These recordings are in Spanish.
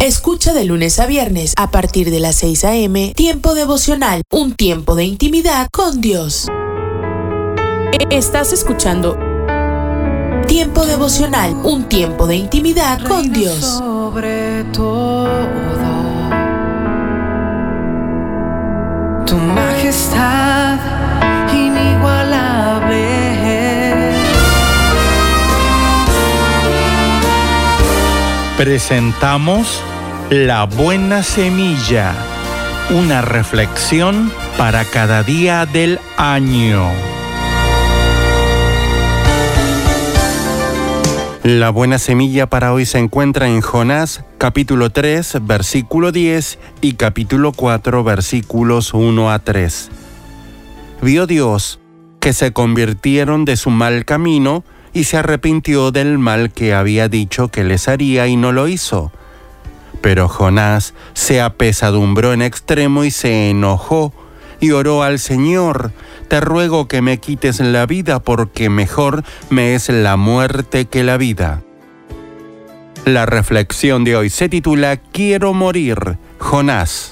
Escucha de lunes a viernes a partir de las 6 a.m. Tiempo Devocional, un tiempo de intimidad con Dios. Estás escuchando Tiempo Devocional, un tiempo de intimidad con Dios. Sobre todo, tu majestad inigualable. Presentamos La Buena Semilla, una reflexión para cada día del año. La buena semilla para hoy se encuentra en Jonás, capítulo 3, versículo 10 y capítulo 4, versículos 1 a 3. Vio Dios que se convirtieron de su mal camino y se arrepintió del mal que había dicho que les haría y no lo hizo. Pero Jonás se apesadumbró en extremo y se enojó y oró al Señor: te ruego que me quites la vida, porque mejor me es la muerte que la vida. La reflexión de hoy se titula Quiero morir, Jonás.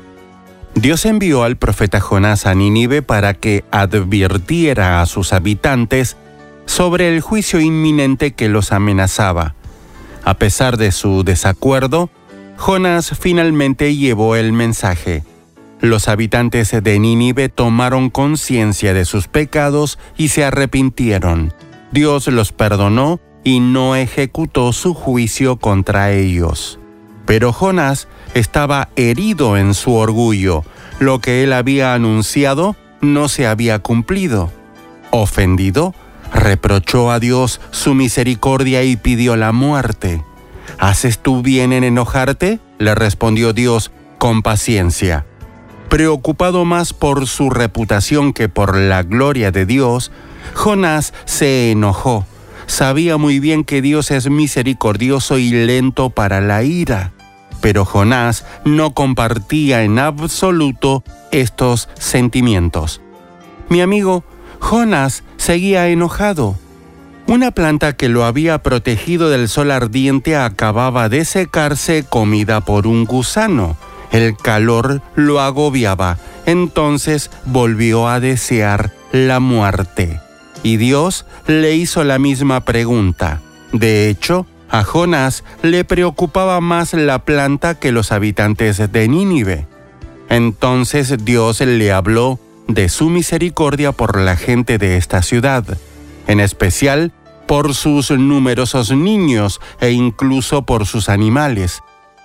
Dios envió al profeta Jonás a Nínive para que advirtiera a sus habitantes sobre el juicio inminente que los amenazaba. A pesar de su desacuerdo, Jonás finalmente llevó el mensaje. Los habitantes de Nínive tomaron conciencia de sus pecados y se arrepintieron. Dios los perdonó y no ejecutó su juicio contra ellos. Pero Jonás estaba herido en su orgullo. Lo que él había anunciado no se había cumplido. Ofendido, reprochó a Dios su misericordia y pidió la muerte. ¿Haces tú bien en enojarte?, le respondió Dios con paciencia. Preocupado más por su reputación que por la gloria de Dios, Jonás se enojó. Sabía muy bien que Dios es misericordioso y lento para la ira, pero Jonás no compartía en absoluto estos sentimientos. Mi amigo, Jonás seguía enojado. Una planta que lo había protegido del sol ardiente acababa de secarse, comida por un gusano. El calor lo agobiaba, entonces volvió a desear la muerte. Y Dios le hizo la misma pregunta. De hecho, a Jonás le preocupaba más la planta que los habitantes de Nínive. Entonces Dios le habló de su misericordia por la gente de esta ciudad, en especial por sus numerosos niños e incluso por sus animales.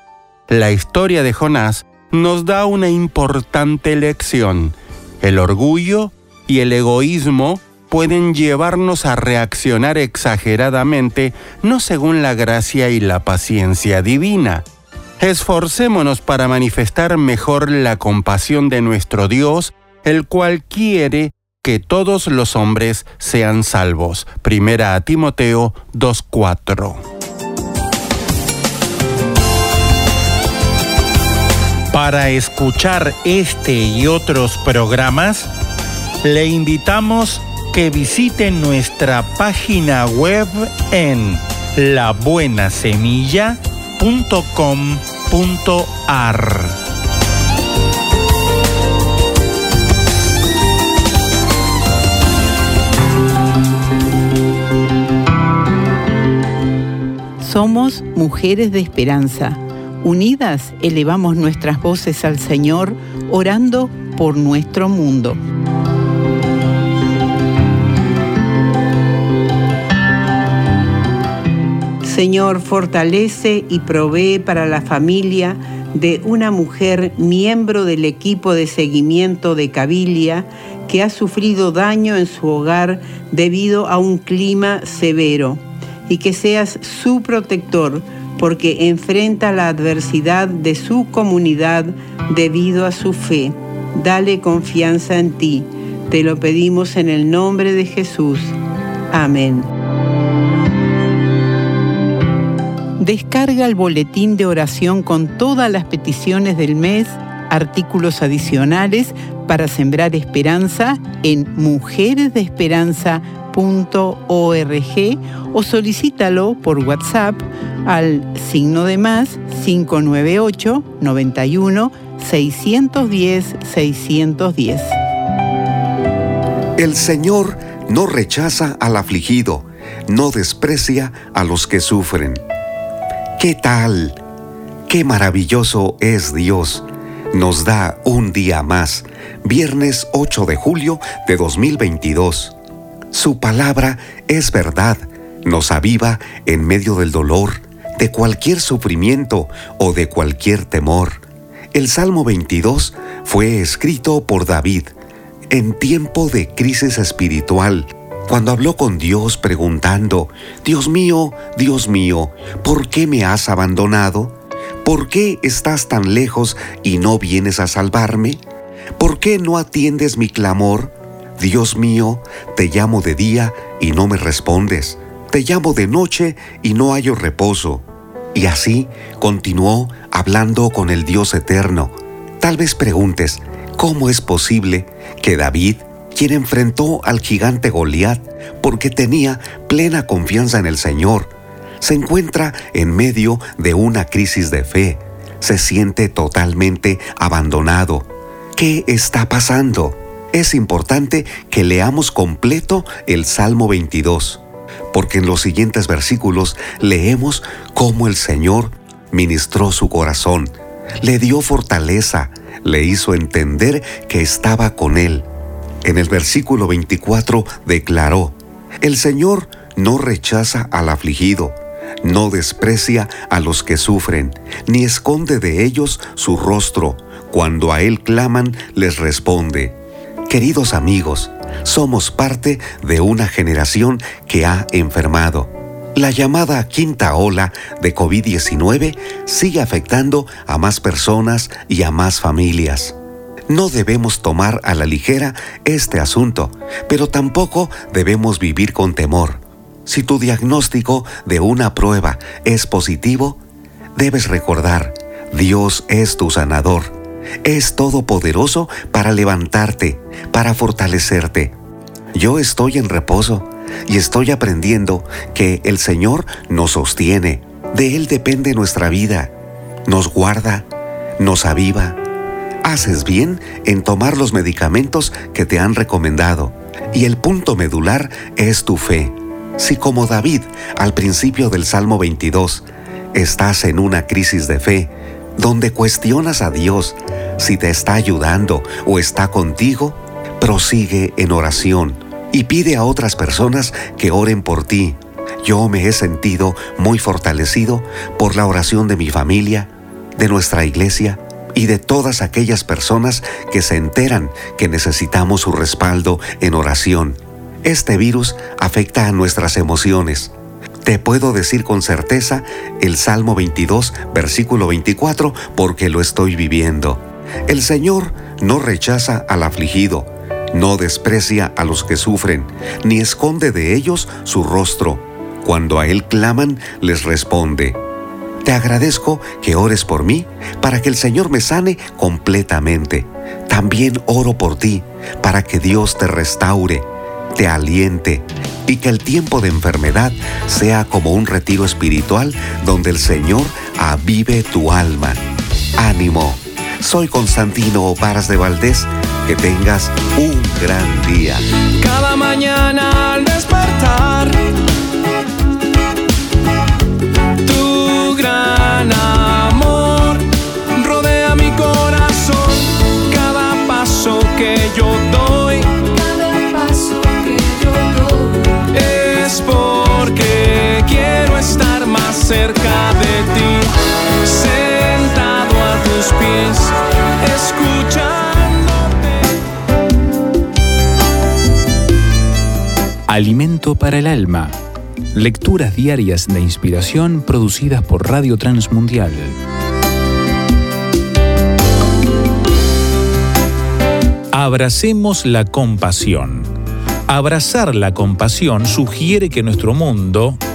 La historia de Jonás nos da una importante lección. El orgullo y el egoísmo pueden llevarnos a reaccionar exageradamente, no según la gracia y la paciencia divina. Esforcémonos para manifestar mejor la compasión de nuestro Dios, el cual quiere que todos los hombres sean salvos. 1 Timoteo 2:4. Para escuchar este y otros programas, le invitamos que visite nuestra página web en labuenasemilla.com.ar. Somos mujeres de esperanza. Unidas elevamos nuestras voces al Señor, orando por nuestro mundo. Señor, fortalece y provee para la familia de una mujer miembro del equipo de seguimiento de Cabilia que ha sufrido daño en su hogar debido a un clima severo, y que seas su protector, porque enfrenta la adversidad de su comunidad debido a su fe. Dale confianza en ti. Te lo pedimos en el nombre de Jesús. Amén. Descarga el boletín de oración con todas las peticiones del mes, artículos adicionales para sembrar esperanza en mujeresdeesperanza.com. o solicítalo por WhatsApp al +, 598 91 610 610. El Señor no rechaza al afligido, no desprecia a los que sufren. ¿Qué tal? ¡Qué maravilloso es Dios! Nos da un día más, viernes 8 de julio de 2022. Su palabra es verdad, nos aviva en medio del dolor, de cualquier sufrimiento o de cualquier temor. El Salmo 22 fue escrito por David en tiempo de crisis espiritual, cuando habló con Dios preguntando: Dios mío, ¿por qué me has abandonado? ¿Por qué estás tan lejos y no vienes a salvarme? ¿Por qué no atiendes mi clamor? Dios mío, te llamo de día y no me respondes. Te llamo de noche y no hallo reposo. Y así continuó hablando con el Dios eterno. Tal vez preguntes, ¿cómo es posible que David, quien enfrentó al gigante Goliat porque tenía plena confianza en el Señor, se encuentra en medio de una crisis de fe? Se siente totalmente abandonado. ¿Qué está pasando? Es importante que leamos completo el Salmo 22, porque en los siguientes versículos leemos cómo el Señor ministró su corazón, le dio fortaleza, le hizo entender que estaba con él. En el versículo 24 declaró: el Señor no rechaza al afligido, no desprecia a los que sufren, ni esconde de ellos su rostro. Cuando a Él claman, les responde. Queridos amigos, somos parte de una generación que ha enfermado. La llamada quinta ola de COVID-19 sigue afectando a más personas y a más familias. No debemos tomar a la ligera este asunto, pero tampoco debemos vivir con temor. Si tu diagnóstico de una prueba es positivo, debes recordar: Dios es tu sanador. Es todopoderoso para levantarte, para fortalecerte. Yo estoy en reposo y estoy aprendiendo que el Señor nos sostiene. De Él depende nuestra vida. Nos guarda, nos aviva. Haces bien en tomar los medicamentos que te han recomendado. Y el punto medular es tu fe. Si como David, al principio del Salmo 22, estás en una crisis de fe, donde cuestionas a Dios si te está ayudando o está contigo, prosigue en oración y pide a otras personas que oren por ti. Yo me he sentido muy fortalecido por la oración de mi familia, de nuestra iglesia y de todas aquellas personas que se enteran que necesitamos su respaldo en oración. Este virus afecta a nuestras emociones. Te puedo decir con certeza el Salmo 22, versículo 24, porque lo estoy viviendo. El Señor no rechaza al afligido, no desprecia a los que sufren, ni esconde de ellos su rostro. Cuando a Él claman, les responde. Te agradezco que ores por mí para que el Señor me sane completamente. También oro por ti para que Dios te restaure, te aliente y que el tiempo de enfermedad sea como un retiro espiritual donde el Señor avive tu alma. ¡Ánimo! Soy Constantino Varas de Valdés. Que tengas un gran día. Cada mañana al despertar, tu gran amor rodea mi corazón. Cada paso que yo doy, es porque quiero estar más cerca de ti, sentado a tus pies, escuchándote. Alimento para el alma. Lecturas diarias de inspiración producidas por Radio Transmundial. Abracemos la compasión. Abrazar la compasión sugiere que nuestro mundo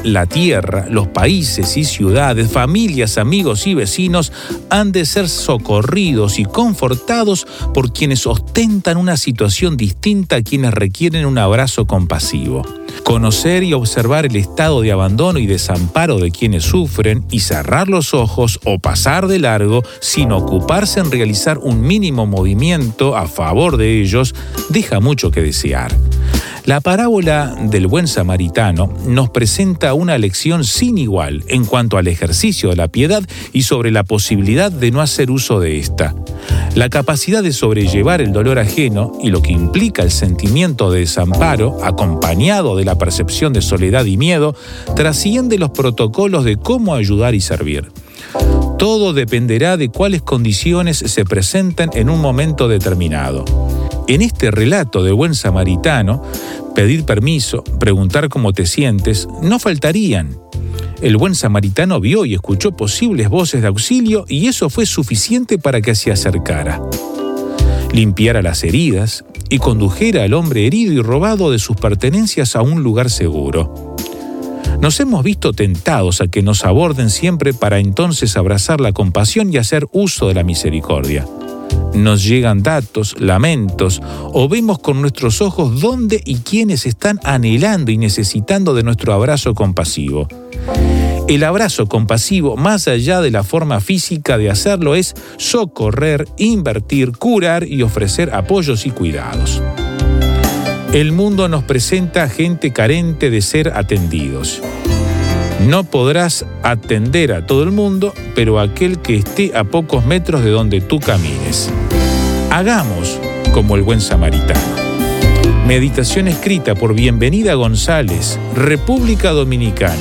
la tierra, los países y ciudades, familias, amigos y vecinos han de ser socorridos y confortados por quienes ostentan una situación distinta a quienes requieren un abrazo compasivo. Conocer y observar el estado de abandono y desamparo de quienes sufren y cerrar los ojos o pasar de largo sin ocuparse en realizar un mínimo movimiento a favor de ellos deja mucho que desear. La parábola del buen samaritano nos presenta una lección sin igual en cuanto al ejercicio de la piedad y sobre la posibilidad de no hacer uso de esta. La capacidad de sobrellevar el dolor ajeno y lo que implica el sentimiento de desamparo, acompañado de la percepción de soledad y miedo, trasciende los protocolos de cómo ayudar y servir. Todo dependerá de cuáles condiciones se presenten en un momento determinado. En este relato de buen samaritano, pedir permiso, preguntar cómo te sientes, no faltarían. El buen samaritano vio y escuchó posibles voces de auxilio y eso fue suficiente para que se acercara. Limpiara las heridas y condujera al hombre herido y robado de sus pertenencias a un lugar seguro. Nos hemos visto tentados a que nos aborden siempre para entonces abrazar la compasión y hacer uso de la misericordia. Nos llegan datos, lamentos, o vemos con nuestros ojos dónde y quiénes están anhelando y necesitando de nuestro abrazo compasivo. El abrazo compasivo, más allá de la forma física de hacerlo, es socorrer, invertir, curar y ofrecer apoyos y cuidados. El mundo nos presenta gente carente de ser atendidos. No podrás atender a todo el mundo, pero a aquel que esté a pocos metros de donde tú camines. Hagamos como el buen samaritano. Meditación escrita por Bienvenida González, República Dominicana.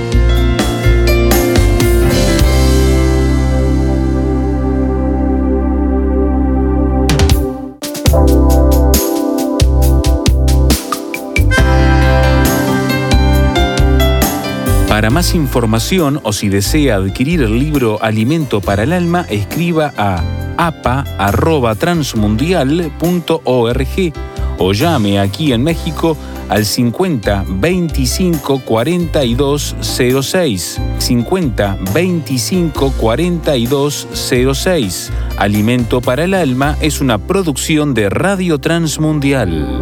Para más información o si desea adquirir el libro Alimento para el Alma, escriba a apa@transmundial.org o llame aquí en México al 50 25 42 06. 50 25 42 06. Alimento para el Alma es una producción de Radio Transmundial.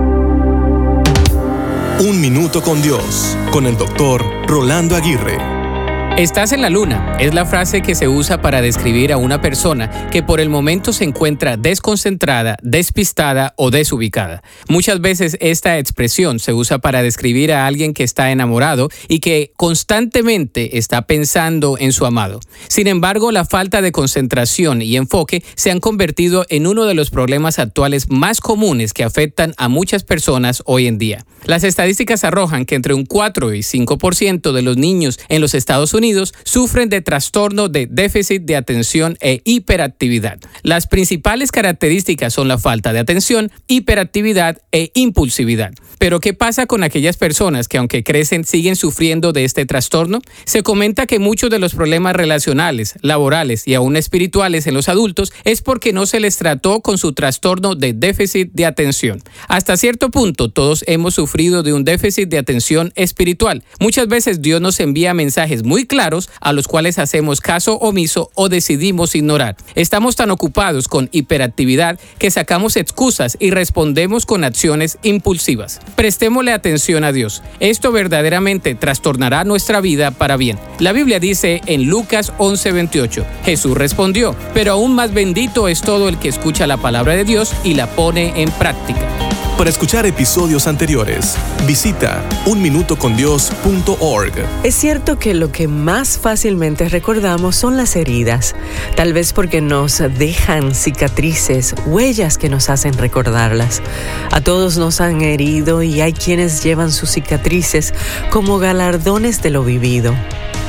Un minuto con Dios, con el doctor Rolando Aguirre. Estás en la luna es la frase que se usa para describir a una persona que por el momento se encuentra desconcentrada, despistada o desubicada. Muchas veces esta expresión se usa para describir a alguien que está enamorado y que constantemente está pensando en su amado. Sin embargo, la falta de concentración y enfoque se han convertido en uno de los problemas actuales más comunes que afectan a muchas personas hoy en día. Las estadísticas arrojan que entre un 4 y 5% de los niños en los Estados Unidos sufren de trastorno de déficit de atención e hiperactividad. Las principales características son la falta de atención, hiperactividad e impulsividad. Pero ¿qué pasa con aquellas personas que aunque crecen siguen sufriendo de este trastorno? Se comenta que muchos de los problemas relacionales, laborales y aún espirituales en los adultos es porque no se les trató con su trastorno de déficit de atención. Hasta cierto punto todos hemos sufrido de un déficit de atención espiritual. Muchas veces Dios nos envía mensajes muy claros a los cuales hacemos caso omiso o decidimos ignorar. Estamos tan ocupados con hiperactividad que sacamos excusas y respondemos con acciones impulsivas. Prestémosle atención a Dios. Esto verdaderamente trastornará nuestra vida para bien. La Biblia dice en Lucas 11:28, Jesús respondió, pero aún más bendito es todo el que escucha la palabra de Dios y la pone en práctica. Para escuchar episodios anteriores, visita unminutocondios.org. Es cierto que lo que más fácilmente recordamos son las heridas, tal vez porque nos dejan cicatrices, huellas que nos hacen recordarlas. A todos nos han herido y hay quienes llevan sus cicatrices como galardones de lo vivido.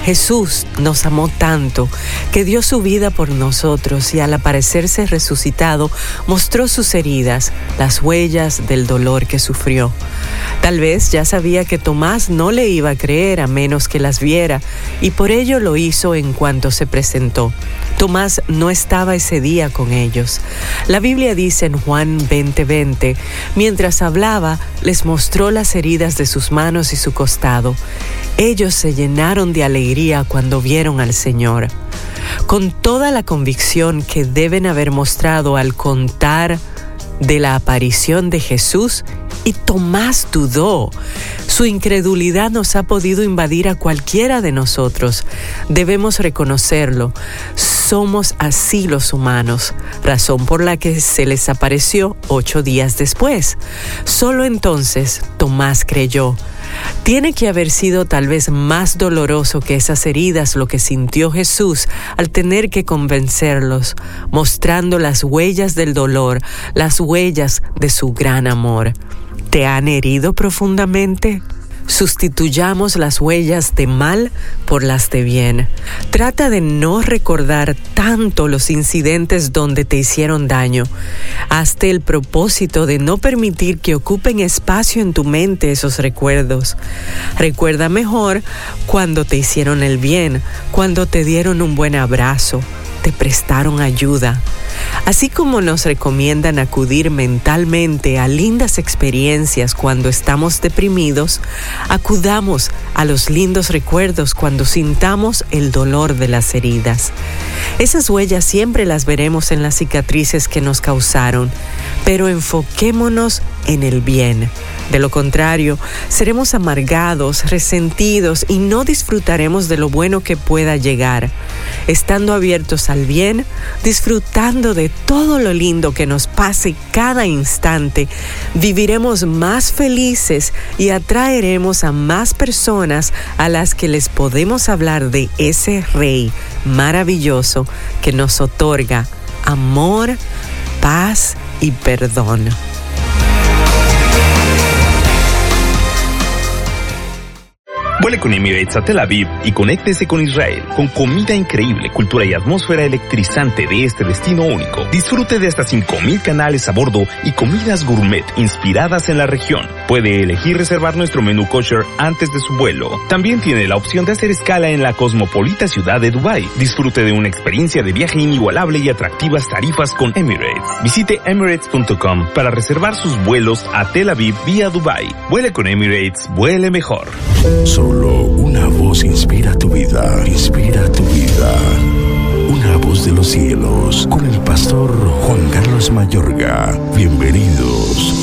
Jesús nos amó tanto que dio su vida por nosotros y al aparecerse resucitado mostró sus heridas, las huellas del dolor que sufrió. Tal vez ya sabía que Tomás no le iba a creer a menos que las viera y por ello lo hizo en cuanto se presentó. Tomás no estaba ese día con ellos. La Biblia dice en Juan 20:20, mientras hablaba, les mostró las heridas de sus manos y su costado. Ellos se llenaron de alegría cuando vieron al Señor. Con toda la convicción que deben haber mostrado al contar de la aparición de Jesús, y Tomás dudó. Su incredulidad nos ha podido invadir a cualquiera de nosotros. Debemos reconocerlo. Somos así los humanos, razón por la que se les apareció 8 días después. Solo entonces Tomás creyó. Tiene que haber sido tal vez más doloroso que esas heridas lo que sintió Jesús al tener que convencerlos, mostrando las huellas del dolor, las huellas de su gran amor. ¿Te han herido profundamente? Sustituyamos las huellas de mal por las de bien. Trata de no recordar tanto los incidentes donde te hicieron daño. Hazte el propósito de no permitir que ocupen espacio en tu mente esos recuerdos. Recuerda mejor cuando te hicieron el bien, cuando te dieron un buen abrazo, te prestaron ayuda. Así como nos recomiendan acudir mentalmente a lindas experiencias cuando estamos deprimidos, acudamos a los lindos recuerdos cuando sintamos el dolor de las heridas. Esas huellas siempre las veremos en las cicatrices que nos causaron, pero enfoquémonos en el bien. De lo contrario, seremos amargados, resentidos y no disfrutaremos de lo bueno que pueda llegar. Estando abiertos al bien, disfrutando de todo lo lindo que nos pase cada instante, viviremos más felices y atraeremos a más personas a las que les podemos hablar de ese Rey maravilloso que nos otorga amor, paz y perdón. Vuele con Emirates a Tel Aviv y conéctese con Israel, con comida increíble, cultura y atmósfera electrizante de este destino único. Disfrute de hasta 5,000 canales a bordo y comidas gourmet inspiradas en la región. Puede elegir reservar nuestro menú kosher antes de su vuelo. También tiene la opción de hacer escala en la cosmopolita ciudad de Dubái. Disfrute de una experiencia de viaje inigualable y atractivas tarifas con Emirates. Visite emirates.com para reservar sus vuelos a Tel Aviv vía Dubái. Vuele con Emirates, vuele mejor. Solo una voz inspira tu vida, inspira tu vida. Una voz de los cielos, con el pastor Juan Carlos Mayorga. Bienvenidos.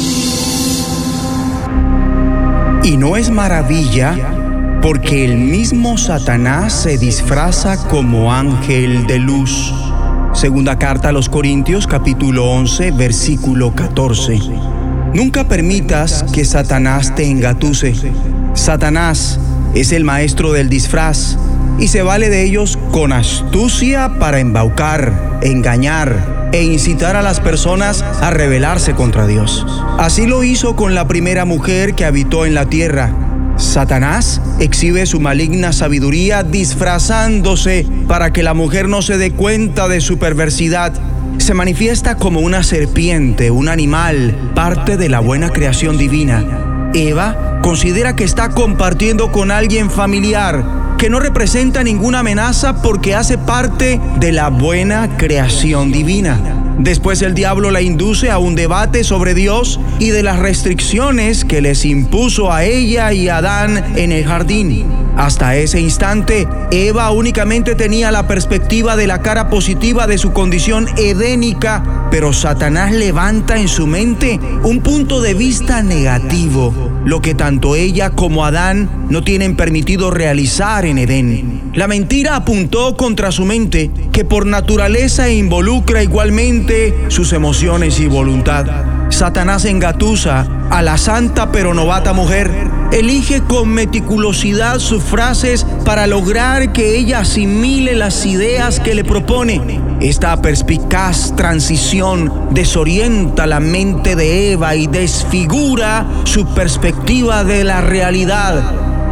Y no es maravilla, porque el mismo Satanás se disfraza como ángel de luz. Segunda carta a los Corintios, capítulo 11, versículo 14. Nunca permitas que Satanás te engatuse. Satanás es el maestro del disfraz y se vale de ellos con astucia para embaucar, engañar e incitar a las personas a rebelarse contra Dios. Así lo hizo con la primera mujer que habitó en la tierra. Satanás exhibe su maligna sabiduría disfrazándose para que la mujer no se dé cuenta de su perversidad. Se manifiesta como una serpiente, un animal, parte de la buena creación divina. Eva considera que está compartiendo con alguien familiar, que no representa ninguna amenaza porque hace parte de la buena creación divina. Después el diablo la induce a un debate sobre Dios y de las restricciones que les impuso a ella y a Adán en el jardín. Hasta ese instante, Eva únicamente tenía la perspectiva de la cara positiva de su condición edénica, pero Satanás levanta en su mente un punto de vista negativo, lo que tanto ella como Adán no tienen permitido realizar en Edén. La mentira apuntó contra su mente, que por naturaleza involucra igualmente sus emociones y voluntad. Satanás engatusa a la santa pero novata mujer. Elige con meticulosidad sus frases para lograr que ella asimile las ideas que le propone. Esta perspicaz transición desorienta la mente de Eva y desfigura su perspectiva de la realidad.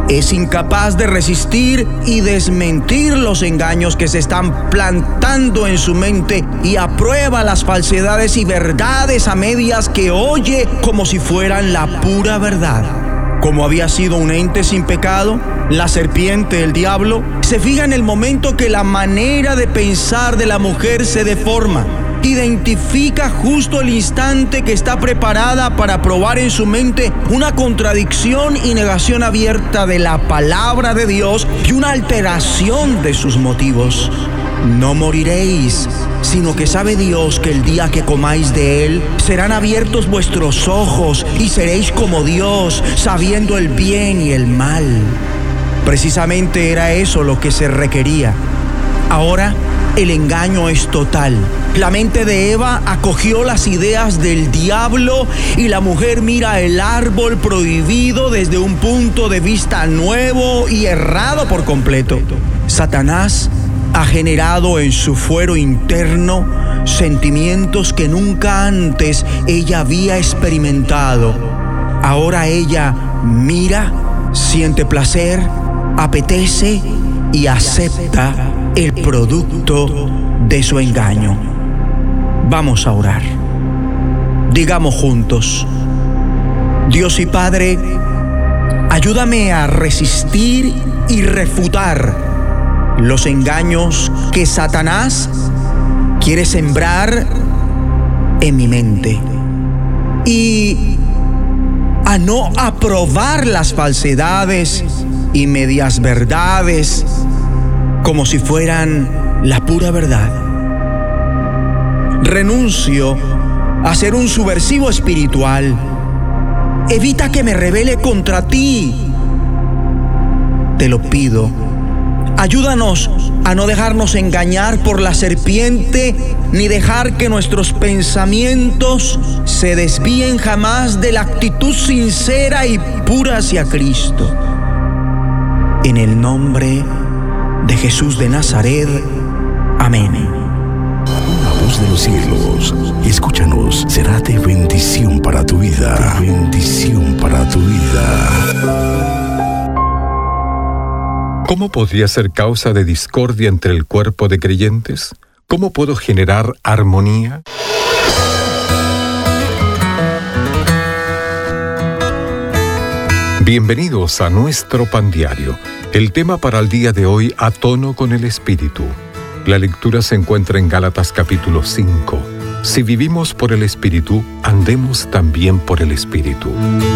es incapaz de resistir y desmentir los engaños que se están plantando en su mente y aprueba las falsedades y verdades a medias que oye como si fueran la pura verdad. Como había sido un ente sin pecado, la serpiente, el diablo, se fija en el momento que la manera de pensar de la mujer se deforma. Identifica justo el instante que está preparada para probar en su mente una contradicción y negación abierta de la palabra de Dios y una alteración de sus motivos. No moriréis, sino que sabe Dios que el día que comáis de él, serán abiertos vuestros ojos y seréis como Dios, sabiendo el bien y el mal. Precisamente era eso lo que se requería. Ahora, el engaño es total. La mente de Eva acogió las ideas del diablo y la mujer mira el árbol prohibido desde un punto de vista nuevo y errado por completo. Satanás ha generado en su fuero interno sentimientos que nunca antes ella había experimentado. Ahora ella mira, siente placer, apetece y acepta el producto de su engaño. Vamos a orar. Digamos juntos: Dios y Padre, ayúdame a resistir y refutar los engaños que Satanás quiere sembrar en mi mente y a no aprobar las falsedades y medias verdades como si fueran la pura verdad. Renuncio a ser un subversivo espiritual. Evita que me rebele contra ti. Te lo pido. Ayúdanos a no dejarnos engañar por la serpiente, ni dejar que nuestros pensamientos se desvíen jamás de la actitud sincera y pura hacia Cristo. En el nombre de Jesús de Nazaret. Amén. Una voz de los cielos, escúchanos, será de bendición para tu vida. De bendición para tu vida. ¿Cómo podría ser causa de discordia entre el cuerpo de creyentes? ¿Cómo puedo generar armonía? Bienvenidos a nuestro pan diario. El tema para el día de hoy: a tono con el Espíritu. La lectura se encuentra en Gálatas capítulo 5. Si vivimos por el Espíritu, andemos también por el Espíritu.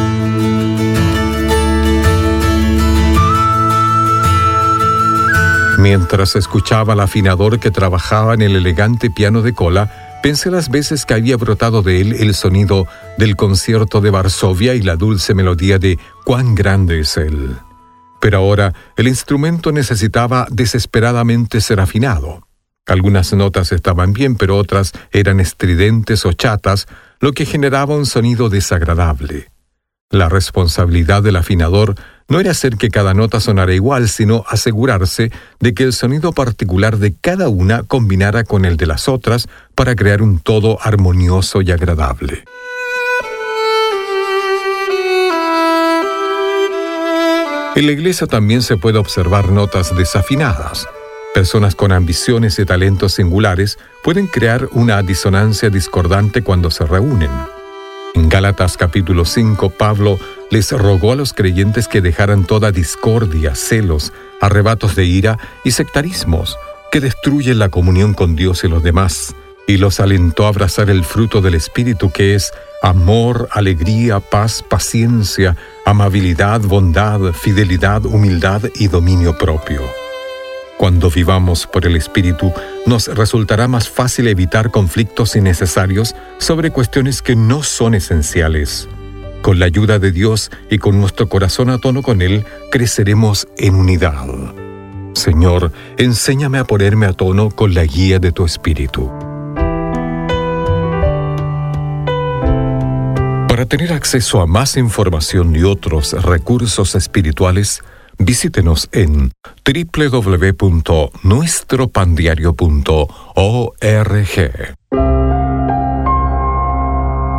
Mientras escuchaba al afinador que trabajaba en el elegante piano de cola, pensé las veces que había brotado de él el sonido del concierto de Varsovia y la dulce melodía de «Cuán grande es él». Pero ahora el instrumento necesitaba desesperadamente ser afinado. Algunas notas estaban bien, pero otras eran estridentes o chatas, lo que generaba un sonido desagradable. La responsabilidad del afinador no era hacer que cada nota sonara igual, sino asegurarse de que el sonido particular de cada una combinara con el de las otras para crear un todo armonioso y agradable. En la iglesia también se puede observar notas desafinadas. Personas con ambiciones y talentos singulares pueden crear una disonancia discordante cuando se reúnen. En Gálatas capítulo 5, Pablo les rogó a los creyentes que dejaran toda discordia, celos, arrebatos de ira y sectarismos que destruyen la comunión con Dios y los demás, y los alentó a abrazar el fruto del Espíritu, que es amor, alegría, paz, paciencia, amabilidad, bondad, fidelidad, humildad y dominio propio. Cuando vivamos por el Espíritu, nos resultará más fácil evitar conflictos innecesarios sobre cuestiones que no son esenciales. Con la ayuda de Dios y con nuestro corazón a tono con Él, creceremos en unidad. Señor, enséñame a ponerme a tono con la guía de tu Espíritu. Para tener acceso a más información y otros recursos espirituales, visítenos en www.nuestropandiario.org.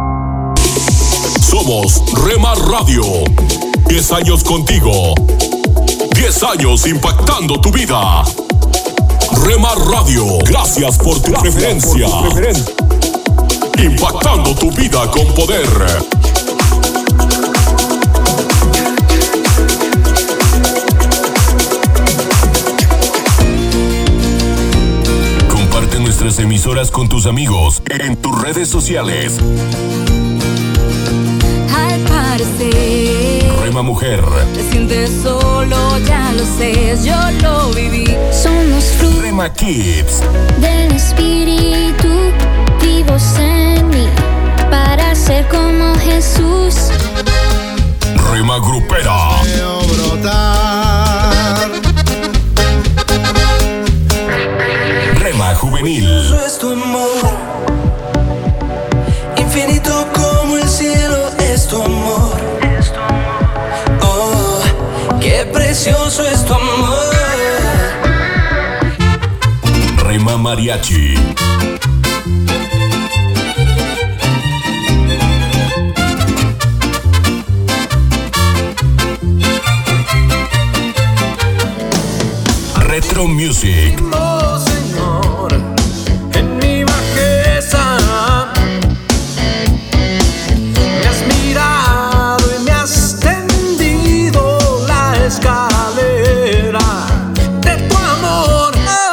Somos Rhema Radio. 10 años contigo. 10 años impactando tu vida. Rema Radio, gracias por tu preferencia. Impactando tu vida con poder. Comparte nuestras emisoras con tus amigos en tus redes sociales. Al parecer, Rema Mujer. te sientes solo, ya lo sé, yo lo viví. Somos frutos Rema Kids. del espíritu, vivos en mí, para ser como Jesús. Rema Grupera. Rema Juvenil. Es tu amor, infinito como el cielo es tu amor. Oh, qué precioso es tu amor. Rema Mariachi. Retro Music. Oh, Señor, en mi bajeza me has mirado y me has tendido la escalera de tu amor.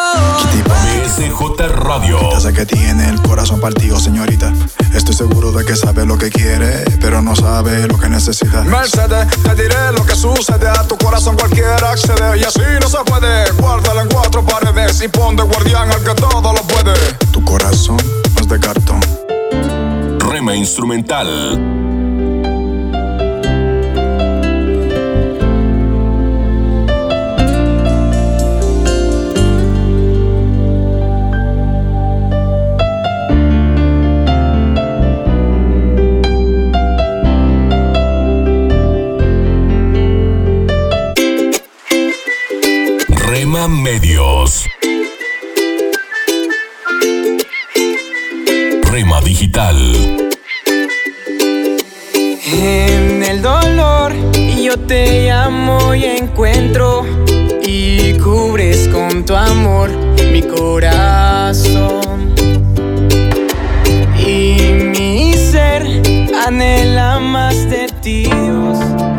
BSJ Radio. Ya sé que tiene el corazón partido, señorita. Estoy seguro de que sabe lo que quiere, pero no sabe lo que necesita. Mercedes, te diré lo que sucede. A tu corazón cualquiera accede, y así no se puede. Guárdalo en 4 paredes y pon de guardián al que todo lo puede. Tu corazón no es de cartón. Rema Instrumental. Rema Medios. Rema Digital. En el dolor yo te llamo y encuentro, y cubres con tu amor mi corazón. Y mi ser anhela más de ti, Dios.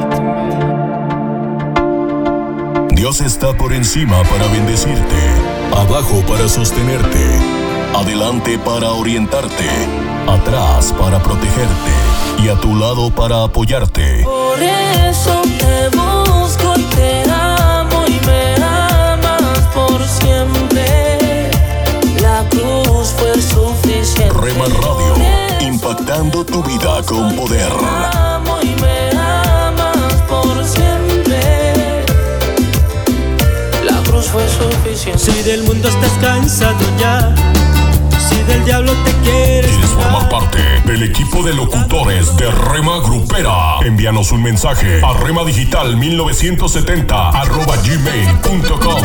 Dios está por encima para bendecirte, abajo para sostenerte, adelante para orientarte, atrás para protegerte y a tu lado para apoyarte. Por eso te busco y te amo y me amas por siempre. La cruz fue suficiente. Rema Radio, impactando tu vida con poder. Te amo y me amas por siempre. La cruz fue suficiente. Si del mundo estás cansado ya, si del diablo te quieres. ¿Quieres formar parte del equipo de locutores de Rema Grupera? Envíanos un mensaje a remadigital1970@gmail.com.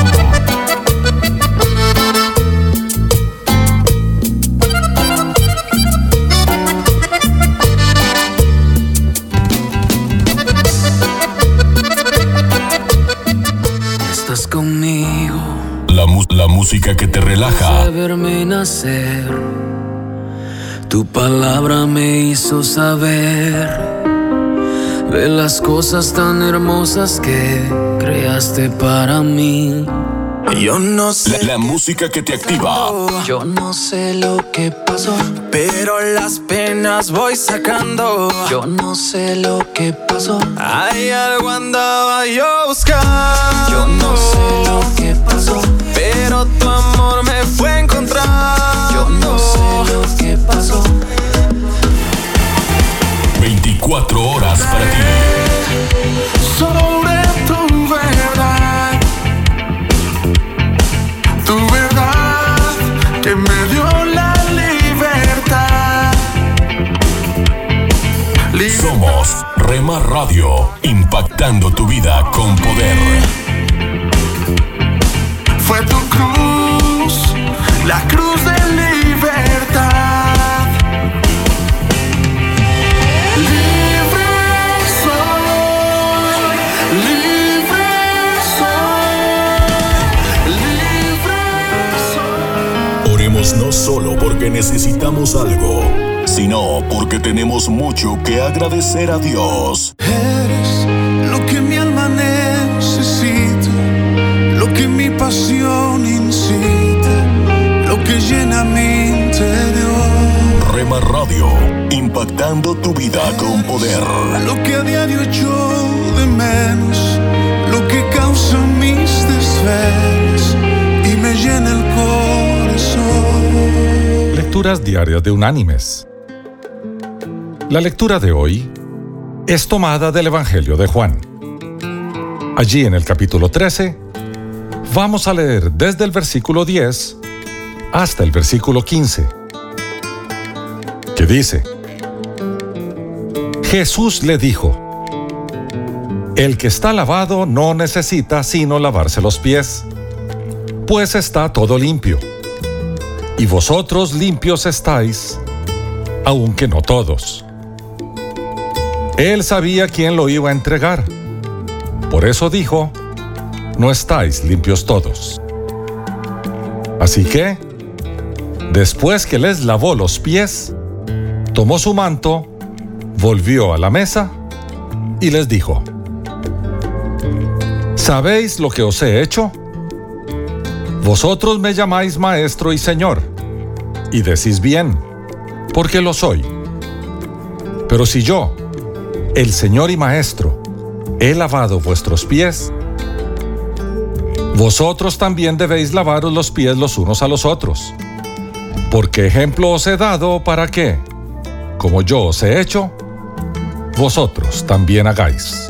Estás conmigo. La música que te relaja. De verme nacer, tu palabra me hizo saber de las cosas tan hermosas que creaste para mí. Yo no sé. La música que te activa. Yo no sé lo que pasó, pero las penas voy sacando. Yo no sé lo que pasó. Hay algo andaba yo buscando. Yo no sé lo que pasó, pero tu amor me fue a encontrar. Yo no sé lo que pasó. 24 horas para ti. Sobre tu verdad, que me dio la libertad. Somos Rema Radio, impactando tu vida con poder. Fue tu cruz, la cruz de libertad. Libre soy, libre soy. Reunimos no solo porque necesitamos algo, sino porque tenemos mucho que agradecer a Dios. Eres lo que mi alma necesita, lo que mi pasión incita, lo que llena mi interior. Rema Radio, impactando tu vida con poder. Lo que a diario echo de menos, lo que causa mis desvelos y me llena el corazón. Lecturas diarias de Unánimes. La lectura de hoy es tomada del Evangelio de Juan. Allí en el capítulo 13, vamos a leer desde el versículo 10 hasta el versículo 15, que dice: Jesús le dijo: El que está lavado no necesita sino lavarse los pies, pues está todo limpio. Y vosotros limpios estáis, aunque no todos. Él sabía quién lo iba a entregar. Por eso dijo: No estáis limpios todos. Así que, después que les lavó los pies, tomó su manto, volvió a la mesa y les dijo: ¿Sabéis lo que os he hecho? Vosotros me llamáis maestro y señor, y decís bien, porque lo soy. Pero si yo, el Señor y Maestro, he lavado vuestros pies, vosotros también debéis lavaros los pies los unos a los otros. Porque ejemplo os he dado para que, como yo os he hecho, vosotros también hagáis.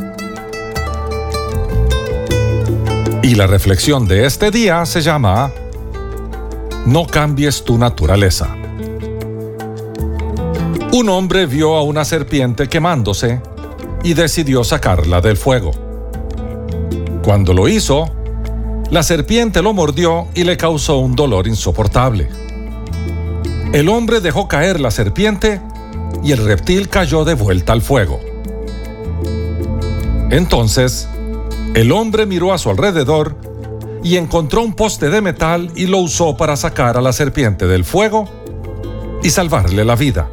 Y la reflexión de este día se llama: No cambies tu naturaleza. Un hombre vio a una serpiente quemándose y decidió sacarla del fuego. Cuando lo hizo, la serpiente lo mordió y le causó un dolor insoportable. El hombre dejó caer la serpiente y el reptil cayó de vuelta al fuego. Entonces, el hombre miró a su alrededor y encontró un poste de metal y lo usó para sacar a la serpiente del fuego y salvarle la vida.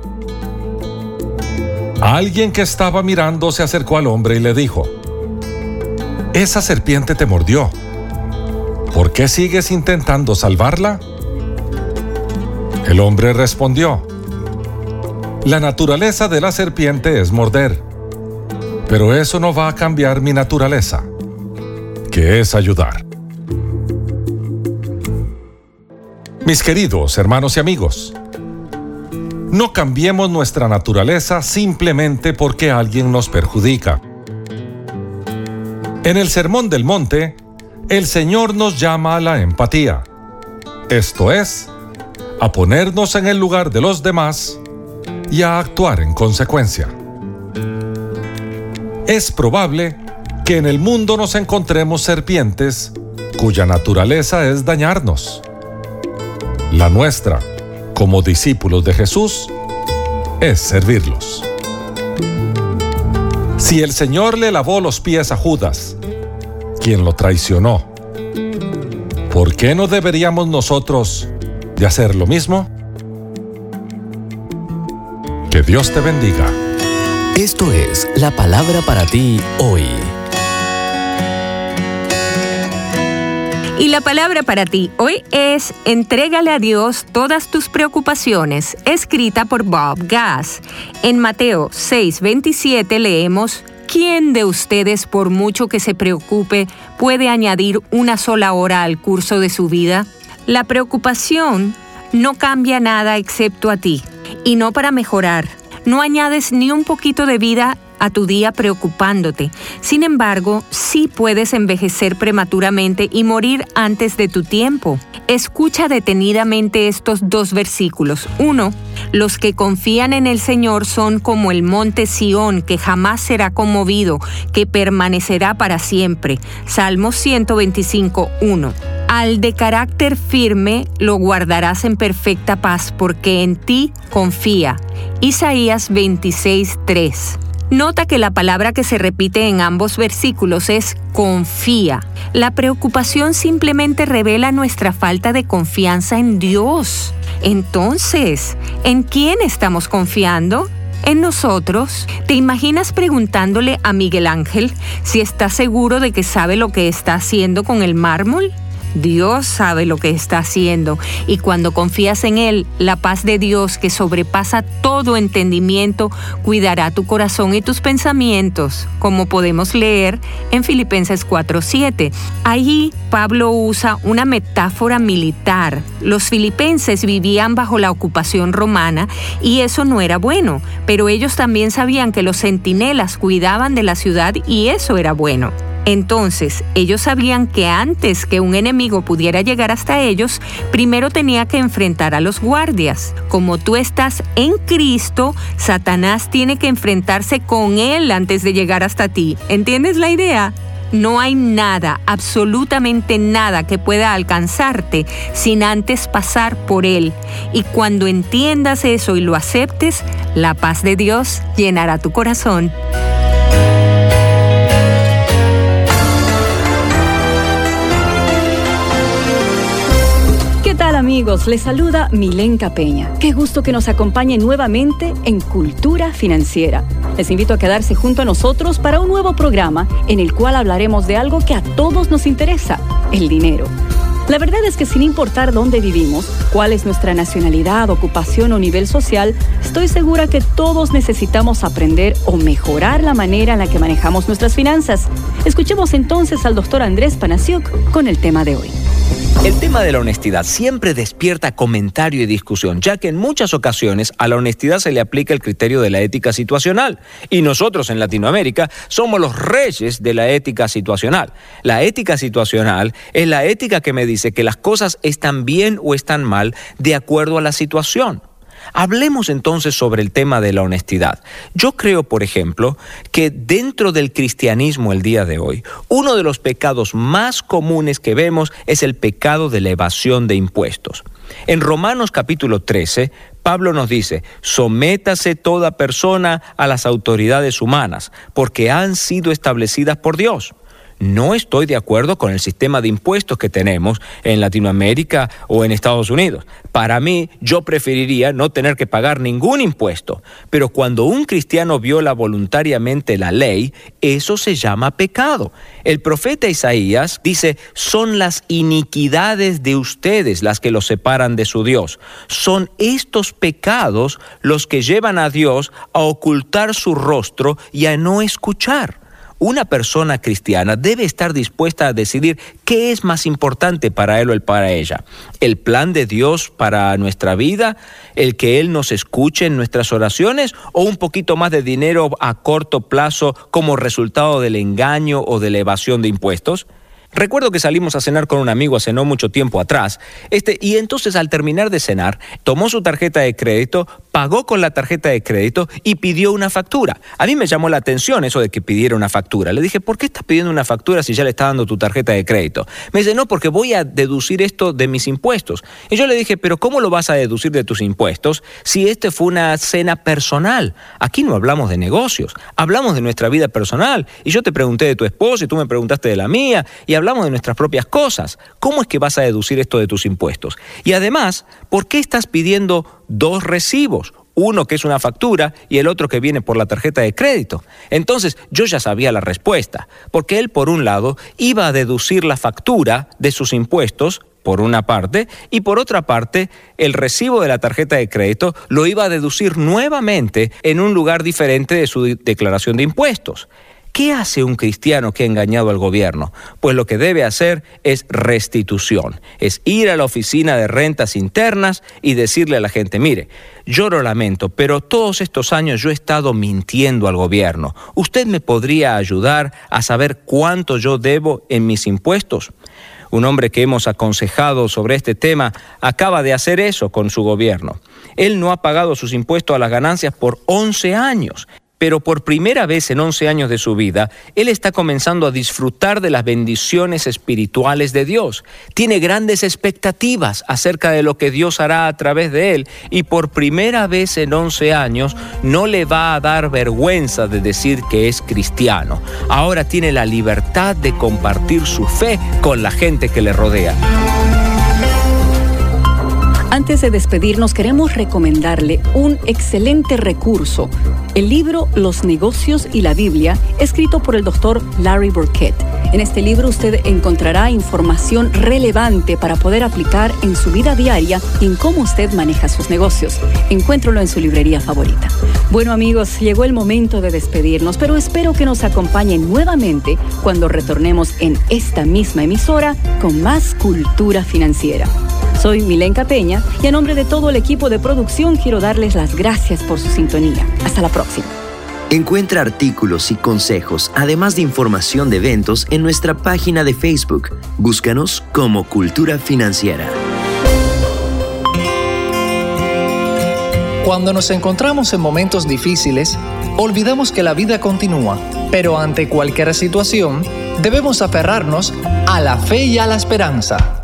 Alguien que estaba mirando se acercó al hombre y le dijo: Esa serpiente te mordió. ¿Por qué sigues intentando salvarla? El hombre respondió: La naturaleza de la serpiente es morder, pero eso no va a cambiar mi naturaleza, que es ayudar. Mis queridos hermanos y amigos, no cambiemos nuestra naturaleza simplemente porque alguien nos perjudica. En el Sermón del Monte, el Señor nos llama a la empatía, esto es, a ponernos en el lugar de los demás y a actuar en consecuencia. Es probable que en el mundo nos encontremos serpientes cuya naturaleza es dañarnos. La nuestra, como discípulos de Jesús, es servirlos. Si el Señor le lavó los pies a Judas, quien lo traicionó, ¿por qué no deberíamos nosotros de hacer lo mismo? Que Dios te bendiga. Esto es la palabra para ti hoy. Y la palabra para ti hoy es Entrégale a Dios todas tus preocupaciones, escrita por Bob Gass. En Mateo 6:27 leemos: ¿Quién de ustedes, por mucho que se preocupe, puede añadir una sola hora al curso de su vida? La preocupación no cambia nada excepto a ti, y no para mejorar. No añades ni un poquito de vida a tu día preocupándote. Sin embargo, sí puedes envejecer prematuramente y morir antes de tu tiempo. Escucha detenidamente estos dos versículos. 1. Los que confían en el Señor son como el monte Sión, que jamás será conmovido, que permanecerá para siempre. Salmos 125:1. Al de carácter firme lo guardarás en perfecta paz, porque en ti confía. Isaías 26:3. Nota que la palabra que se repite en ambos versículos es confía. La preocupación simplemente revela nuestra falta de confianza en Dios. Entonces, ¿en quién estamos confiando? ¿En nosotros? ¿Te imaginas preguntándole a Miguel Ángel si está seguro de que sabe lo que está haciendo con el mármol? Dios sabe lo que está haciendo, y cuando confías en Él, la paz de Dios, que sobrepasa todo entendimiento, cuidará tu corazón y tus pensamientos, como podemos leer en Filipenses 4:7. Allí Pablo usa una metáfora militar. Los filipenses vivían bajo la ocupación romana y eso no era bueno, pero ellos también sabían que los centinelas cuidaban de la ciudad y eso era bueno. Entonces, ellos sabían que antes que un enemigo pudiera llegar hasta ellos, primero tenía que enfrentar a los guardias. Como tú estás en Cristo, Satanás tiene que enfrentarse con él antes de llegar hasta ti. ¿Entiendes la idea? No hay nada, absolutamente nada que pueda alcanzarte sin antes pasar por él. Y cuando entiendas eso y lo aceptes, la paz de Dios llenará tu corazón. ¿Qué tal, amigos? Les saluda Milenka Peña. Qué gusto que nos acompañen nuevamente en Cultura Financiera. Les invito a quedarse junto a nosotros para un nuevo programa en el cual hablaremos de algo que a todos nos interesa, el dinero. La verdad es que sin importar dónde vivimos, cuál es nuestra nacionalidad, ocupación o nivel social, estoy segura que todos necesitamos aprender o mejorar la manera en la que manejamos nuestras finanzas. Escuchemos entonces al doctor Andrés Panasiuk con el tema de hoy. El tema de la honestidad siempre despierta comentario y discusión, ya que en muchas ocasiones a la honestidad se le aplica el criterio de la ética situacional. Y nosotros en Latinoamérica somos los reyes de la ética situacional. La ética situacional es la ética que me dice que las cosas están bien o están mal de acuerdo a la situación. Hablemos entonces sobre el tema de la honestidad. Yo creo, por ejemplo, que dentro del cristianismo el día de hoy, uno de los pecados más comunes que vemos es el pecado de la evasión de impuestos. En Romanos capítulo 13, Pablo nos dice: sométase toda persona a las autoridades humanas, porque han sido establecidas por Dios. No estoy de acuerdo con el sistema de impuestos que tenemos en Latinoamérica o en Estados Unidos. Para mí, yo preferiría no tener que pagar ningún impuesto. Pero cuando un cristiano viola voluntariamente la ley, eso se llama pecado. El profeta Isaías dice: son las iniquidades de ustedes las que los separan de su Dios. Son estos pecados los que llevan a Dios a ocultar su rostro y a no escuchar. Una persona cristiana debe estar dispuesta a decidir qué es más importante para él o para ella. ¿El plan de Dios para nuestra vida? ¿El que Él nos escuche en nuestras oraciones? ¿O un poquito más de dinero a corto plazo como resultado del engaño o de la evasión de impuestos? Recuerdo que salimos a cenar con un amigo hace no mucho tiempo atrás, y entonces al terminar de cenar, tomó su tarjeta de crédito, pagó con la tarjeta de crédito y pidió una factura. A mí me llamó la atención eso de que pidiera una factura. Le dije: ¿por qué estás pidiendo una factura si ya le está dando tu tarjeta de crédito? Me dice: no, porque voy a deducir esto de mis impuestos. Y yo le dije: ¿pero cómo lo vas a deducir de tus impuestos si este fue una cena personal? Aquí no hablamos de negocios, hablamos de nuestra vida personal. Y yo te pregunté de tu esposo y tú me preguntaste de la mía y hablamos de nuestras propias cosas. ¿Cómo es que vas a deducir esto de tus impuestos? Y además, ¿por qué estás pidiendo dos recibos? Uno que es una factura y el otro que viene por la tarjeta de crédito. Entonces yo ya sabía la respuesta, porque él por un lado iba a deducir la factura de sus impuestos por una parte, y por otra parte el recibo de la tarjeta de crédito lo iba a deducir nuevamente en un lugar diferente de su declaración de impuestos. ¿Qué hace un cristiano que ha engañado al gobierno? Pues lo que debe hacer es restitución. Es ir a la oficina de rentas internas y decirle a la gente: mire, yo lo lamento, pero todos estos años yo he estado mintiendo al gobierno. ¿Usted me podría ayudar a saber cuánto yo debo en mis impuestos? Un hombre que hemos aconsejado sobre este tema acaba de hacer eso con su gobierno. Él no ha pagado sus impuestos a las ganancias por 11 años. pero por primera vez en 11 años de su vida, él está comenzando a disfrutar de las bendiciones espirituales de Dios. Tiene grandes expectativas acerca de lo que Dios hará a través de él y por primera vez en 11 años no le va a dar vergüenza de decir que es cristiano. Ahora tiene la libertad de compartir su fe con la gente que le rodea. Antes de despedirnos, queremos recomendarle un excelente recurso, el libro Los negocios y la Biblia, escrito por el Dr. Larry Burkett. En este libro usted encontrará información relevante para poder aplicar en su vida diaria y en cómo usted maneja sus negocios. Encuéntralo en su librería favorita. Bueno, amigos, llegó el momento de despedirnos, pero espero que nos acompañen nuevamente cuando retornemos en esta misma emisora con más cultura financiera. Soy Milenka Peña y a nombre de todo el equipo de producción quiero darles las gracias por su sintonía. Hasta la próxima. Encuentra artículos y consejos, además de información de eventos en nuestra página de Facebook. Búscanos como Cultura Financiera. Cuando nos encontramos en momentos difíciles, olvidamos que la vida continúa, pero ante cualquier situación, debemos aferrarnos a la fe y a la esperanza.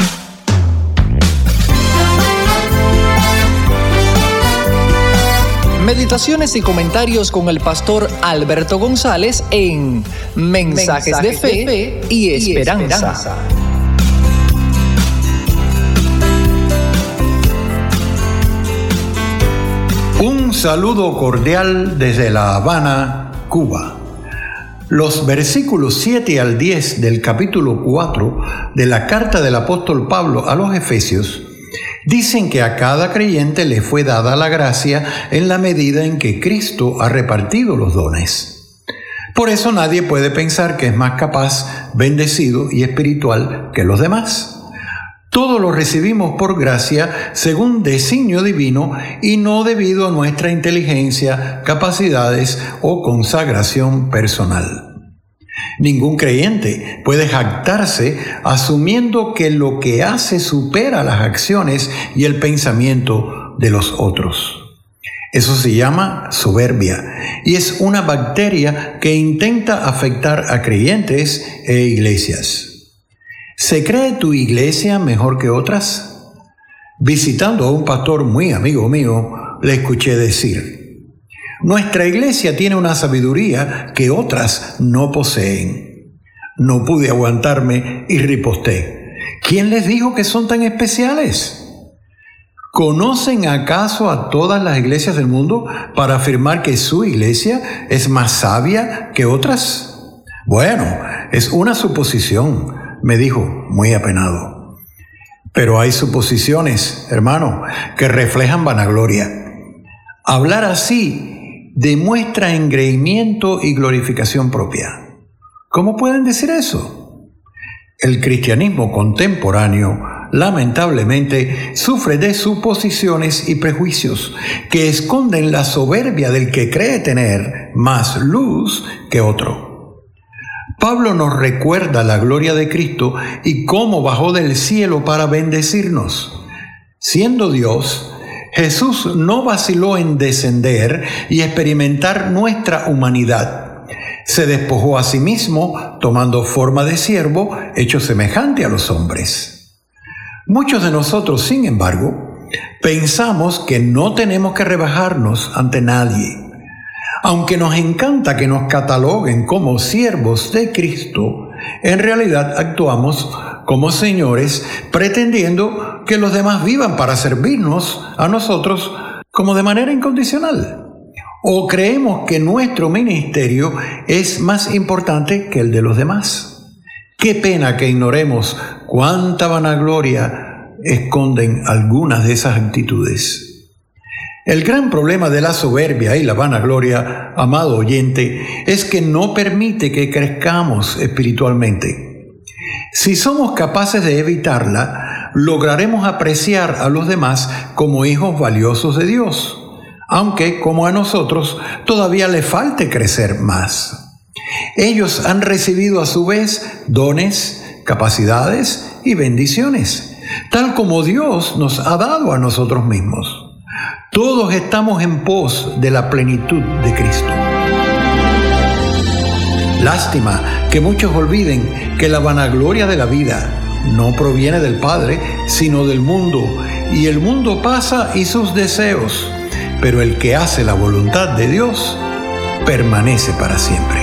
Meditaciones y comentarios con el pastor Alberto González en Mensajes de Fe y Esperanza. Un saludo cordial desde La Habana, Cuba. Los versículos 7 al 10 del capítulo 4 de la carta del apóstol Pablo a los Efesios dicen que a cada creyente le fue dada la gracia en la medida en que Cristo ha repartido los dones. Por eso nadie puede pensar que es más capaz, bendecido y espiritual que los demás. Todo lo recibimos por gracia según designio divino y no debido a nuestra inteligencia, capacidades o consagración personal. Ningún creyente puede jactarse asumiendo que lo que hace supera las acciones y el pensamiento de los otros. Eso se llama soberbia y es una bacteria que intenta afectar a creyentes e iglesias. ¿Se cree tu iglesia mejor que otras? Visitando a un pastor muy amigo mío, le escuché decir: nuestra iglesia tiene una sabiduría que otras no poseen. No pude aguantarme y riposté: ¿quién les dijo que son tan especiales? ¿Conocen acaso a todas las iglesias del mundo para afirmar que su iglesia es más sabia que otras? Bueno, es una suposición, me dijo muy apenado. Pero hay suposiciones, hermano, que reflejan vanagloria. Hablar así demuestra engreimiento y glorificación propia. ¿Cómo pueden decir eso? El cristianismo contemporáneo, lamentablemente, sufre de suposiciones y prejuicios que esconden la soberbia del que cree tener más luz que otro. Pablo nos recuerda la gloria de Cristo y cómo bajó del cielo para bendecirnos. Siendo Dios, Jesús no vaciló en descender y experimentar nuestra humanidad. Se despojó a sí mismo, tomando forma de siervo, hecho semejante a los hombres. Muchos de nosotros, sin embargo, pensamos que no tenemos que rebajarnos ante nadie. Aunque nos encanta que nos cataloguen como siervos de Cristo, en realidad actuamos como señores, pretendiendo que los demás vivan para servirnos a nosotros como de manera incondicional. O creemos que nuestro ministerio es más importante que el de los demás. Qué pena que ignoremos cuánta vanagloria esconden algunas de esas actitudes. El gran problema de la soberbia y la vanagloria, amado oyente, es que no permite que crezcamos espiritualmente. Si somos capaces de evitarla, lograremos apreciar a los demás como hijos valiosos de Dios, aunque, como a nosotros, todavía le falte crecer más. Ellos han recibido a su vez dones, capacidades y bendiciones, tal como Dios nos ha dado a nosotros mismos. Todos estamos en pos de la plenitud de Cristo. Lástima que muchos olviden que la vanagloria de la vida no proviene del Padre, sino del mundo, y el mundo pasa y sus deseos, pero el que hace la voluntad de Dios permanece para siempre.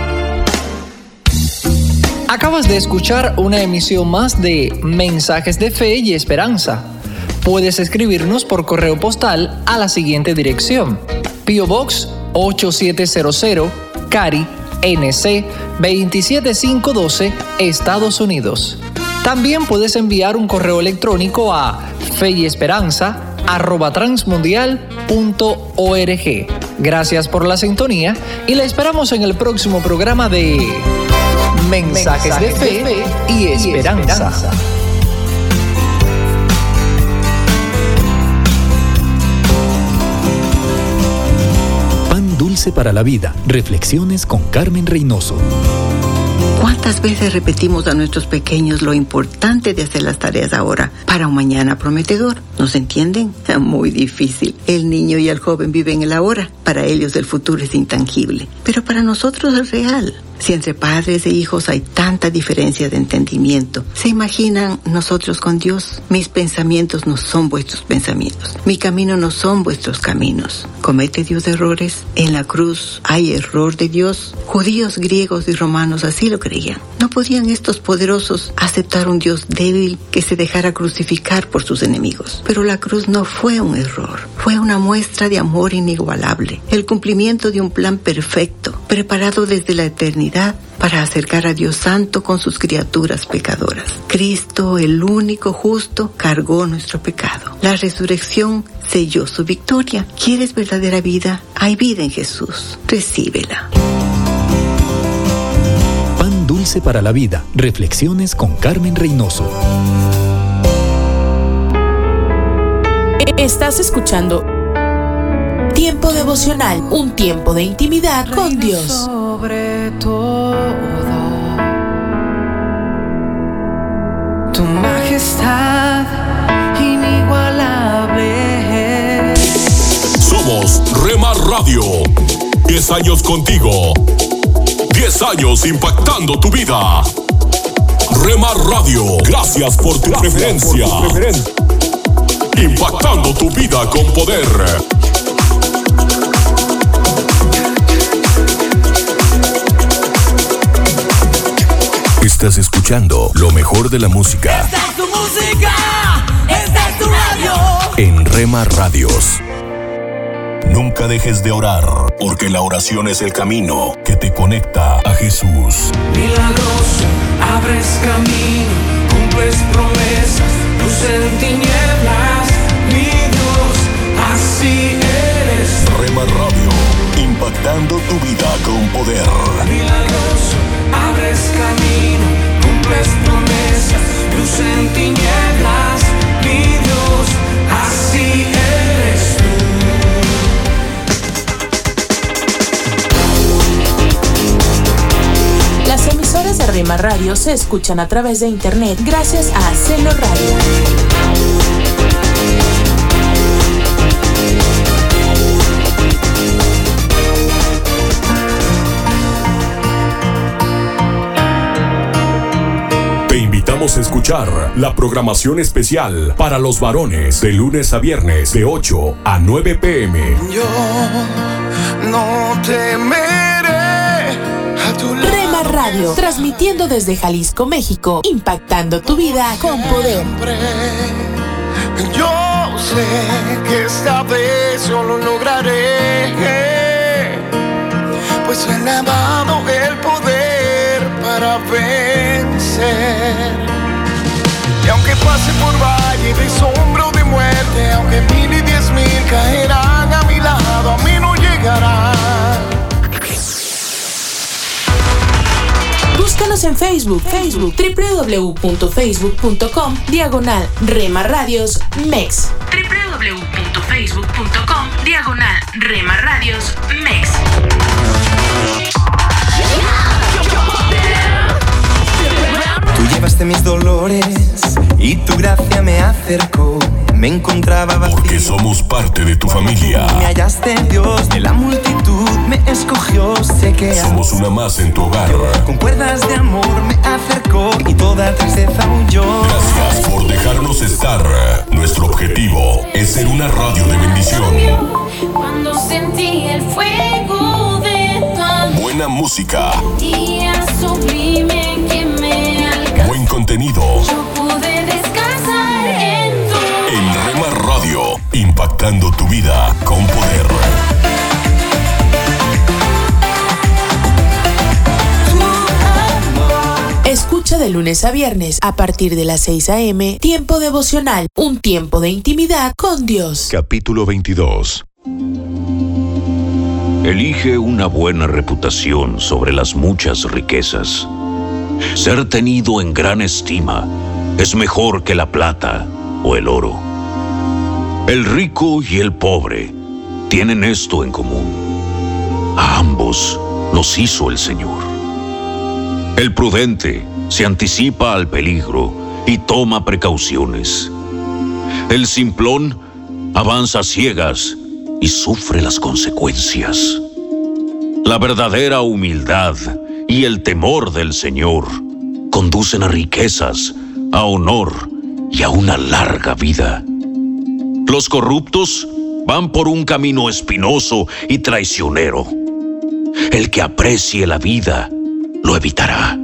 Acabas de escuchar una emisión más de Mensajes de Fe y Esperanza. Puedes escribirnos por correo postal a la siguiente dirección: P.O. Box 8700, Cary, NC 27512, Estados Unidos. También puedes enviar un correo electrónico a feyesperanza@transmundial.org. Gracias por la sintonía y la esperamos en el próximo programa de Mensajes de Fe y Esperanza. Pan dulce para la vida. Reflexiones con Carmen Reynoso. ¿Cuántas veces repetimos a nuestros pequeños lo importante de hacer las tareas ahora para un mañana prometedor? ¿Nos entienden? Muy difícil. El niño y el joven viven el ahora. Para ellos el futuro es intangible, pero para nosotros es real. Si entre padres e hijos hay tanta diferencia de entendimiento, ¿se imaginan nosotros con Dios? Mis pensamientos no son vuestros pensamientos. Mi camino no son vuestros caminos. ¿Comete Dios errores? En la cruz hay error de Dios. Judíos, griegos y romanos así lo creían. No podían estos poderosos aceptar un Dios débil que se dejara crucificar por sus enemigos. Pero la cruz no fue un error. Fue una muestra de amor inigualable. El cumplimiento de un plan perfecto, preparado desde la eternidad para acercar a Dios Santo con sus criaturas pecadoras. Cristo, el único justo, cargó nuestro pecado. La resurrección selló su victoria. ¿Quieres verdadera vida? Hay vida en Jesús. Recíbela. Pan dulce para la vida. Reflexiones con Carmen Reynoso. Estás escuchando Tiempo Devocional, un tiempo de intimidad con Dios. Sobre todo, tu majestad inigualable. Somos Rhema Radio. 10 años contigo. 10 años impactando tu vida. Rhema Radio. Gracias por tu preferencia. Impactando tu vida con poder. Estás escuchando lo mejor de la música. Esta es tu música, esta es tu radio. En Rhema Radios. Nunca dejes de orar, porque la oración es el camino que te conecta a Jesús. Milagroso, abres camino, cumples promesas, luz en tinieblas, mi Dios, así eres. Rhema Radio, impactando tu vida con poder. Milagroso, abres camino, cumples promesas, luz en tinieblas, mi Dios, así eres tú. Las emisoras de Rhema Radio se escuchan a través de internet gracias a Celo Radio. Te invitamos a escuchar la programación especial para los varones de lunes a viernes de 8 a 9 p.m. Yo no temeré a tu lado. Rhema Radio, transmitiendo desde Jalisco, México, impactando tu vida con poder. Yo sé que esta vez yo lo lograré, pues he lavado el poder para vencer. Y aunque pase por valle de sombra o de muerte, aunque 1000 y 10,000 caerán a mi lado, a mí no llegarán. Búscanos en Facebook, www.facebook.com/Rhema Radios MEX. www.facebook.com/Rhema Radios MEX. Tú llevaste mis dolores y tu gracia me acercó. me encontraba vacío. Porque somos parte de tu familia. Me hallaste, Dios, de la multitud me escogió. Sé que somos una más en tu hogar. Con cuerdas de amor me acercó y toda tristeza huyó. Gracias por dejarnos estar. Nuestro objetivo es ser una radio de bendición. Cuando sentí el fuego de tu amor. Buena música. Día sublime que me alcanzó. Buen contenido. Yo pude descansar en tu. En Rema Radio, impactando tu vida con poder. Escucha de lunes a viernes a partir de las 6 a.m. Tiempo devocional, un tiempo de intimidad con Dios. Capítulo 22. Elige una buena reputación sobre las muchas riquezas. Ser tenido en gran estima es mejor que la plata o el oro. El rico y el pobre tienen esto en común. A ambos los hizo el Señor. El prudente se anticipa al peligro y toma precauciones. El simplón avanza a ciegas y sufre las consecuencias. La verdadera humildad y el temor del Señor conducen a riquezas, a honor y a una larga vida. Los corruptos van por un camino espinoso y traicionero. El que aprecie la vida lo evitará.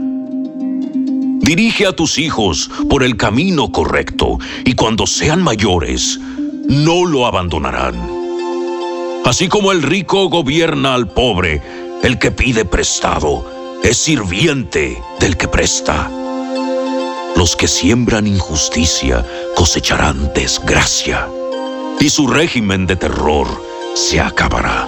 Dirige a tus hijos por el camino correcto y cuando sean mayores, no lo abandonarán. Así como el rico gobierna al pobre, el que pide prestado es sirviente del que presta. Los que siembran injusticia cosecharán desgracia, y su régimen de terror se acabará.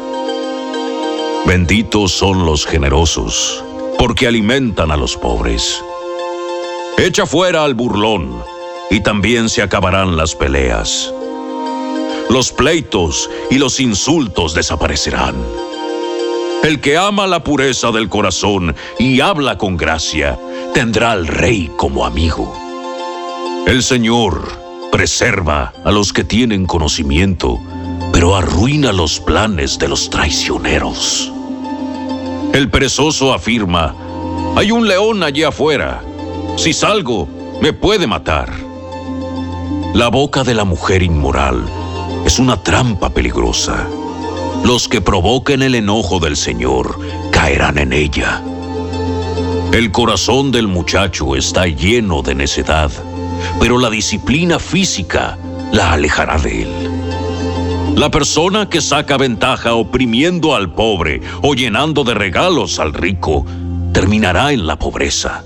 Benditos son los generosos, porque alimentan a los pobres. Echa fuera al burlón, y también se acabarán las peleas. Los pleitos y los insultos desaparecerán. El que ama la pureza del corazón y habla con gracia, tendrá al rey como amigo. El Señor preserva a los que tienen conocimiento, pero arruina los planes de los traicioneros. El perezoso afirma: hay un león allí afuera. Si salgo, me puede matar. La boca de la mujer inmoral es una trampa peligrosa. Los que provoquen el enojo del Señor caerán en ella. El corazón del muchacho está lleno de necedad, pero la disciplina física la alejará de él. La persona que saca ventaja oprimiendo al pobre o llenando de regalos al rico, terminará en la pobreza.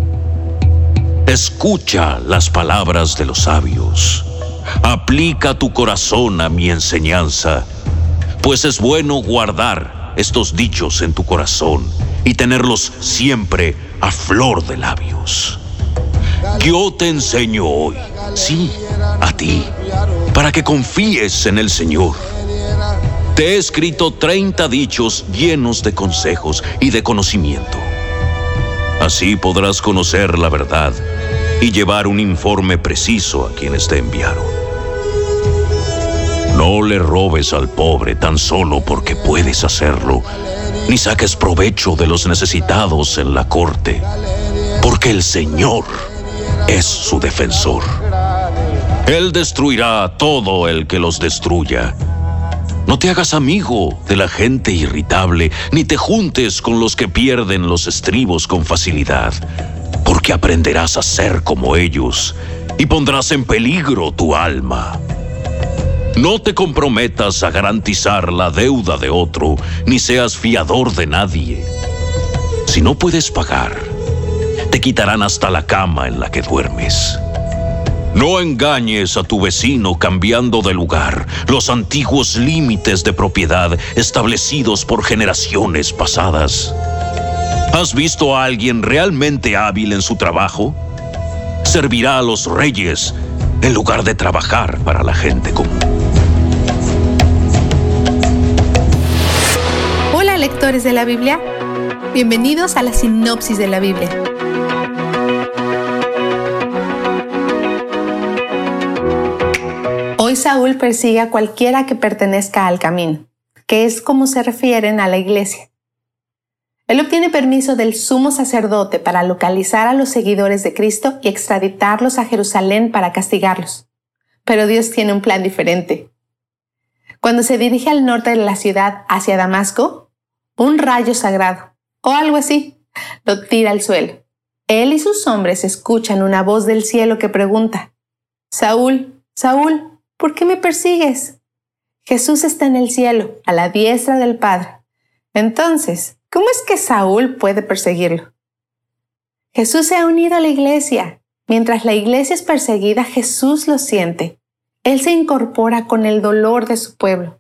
Escucha las palabras de los sabios. Aplica tu corazón a mi enseñanza, pues es bueno guardar estos dichos en tu corazón y tenerlos siempre a flor de labios. Yo te enseño hoy, sí, a ti, para que confíes en el Señor. Te he escrito 30 dichos llenos de consejos y de conocimiento. Así podrás conocer la verdad y llevar un informe preciso a quienes te enviaron. No le robes al pobre tan solo porque puedes hacerlo, ni saques provecho de los necesitados en la corte, porque el Señor es su defensor. Él destruirá a todo el que los destruya. No te hagas amigo de la gente irritable, ni te juntes con los que pierden los estribos con facilidad, porque aprenderás a ser como ellos y pondrás en peligro tu alma. No te comprometas a garantizar la deuda de otro, ni seas fiador de nadie. Si no puedes pagar, te quitarán hasta la cama en la que duermes. No engañes a tu vecino cambiando de lugar los antiguos límites de propiedad establecidos por generaciones pasadas. ¿Has visto a alguien realmente hábil en su trabajo? Servirá a los reyes en lugar de trabajar para la gente común. Hola, lectores de la Biblia. Bienvenidos a la sinopsis de la Biblia. Saúl persigue a cualquiera que pertenezca al camino, que es como se refieren a la iglesia. Él obtiene permiso del sumo sacerdote para localizar a los seguidores de Cristo y extraditarlos a Jerusalén para castigarlos. Pero Dios tiene un plan diferente. Cuando se dirige al norte de la ciudad hacia Damasco, un rayo sagrado, o algo así, lo tira al suelo. Él y sus hombres escuchan una voz del cielo que pregunta: Saúl, Saúl, ¿por qué me persigues? Jesús está en el cielo, a la diestra del Padre. Entonces, ¿cómo es que Saúl puede perseguirlo? Jesús se ha unido a la iglesia. Mientras la iglesia es perseguida, Jesús lo siente. Él se incorpora con el dolor de su pueblo.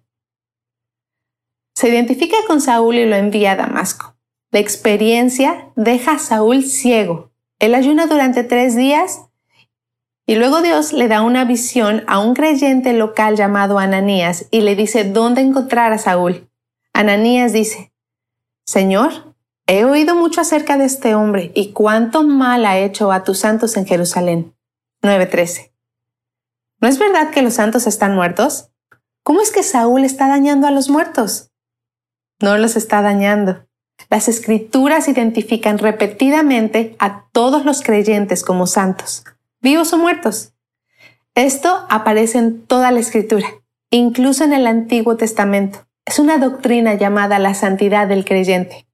Se identifica con Saúl y lo envía a Damasco. La experiencia deja a Saúl ciego. Él ayuna durante 3 días y luego Dios le da una visión a un creyente local llamado Ananías y le dice dónde encontrar a Saúl. Ananías dice: Señor, he oído mucho acerca de este hombre y cuánto mal ha hecho a tus santos en Jerusalén. 9:13. ¿No es verdad que los santos están muertos? ¿Cómo es que Saúl está dañando a los muertos? No los está dañando. Las Escrituras identifican repetidamente a todos los creyentes como santos, vivos o muertos. Esto aparece en toda la Escritura, incluso en el Antiguo Testamento. Es una doctrina llamada la santidad del creyente.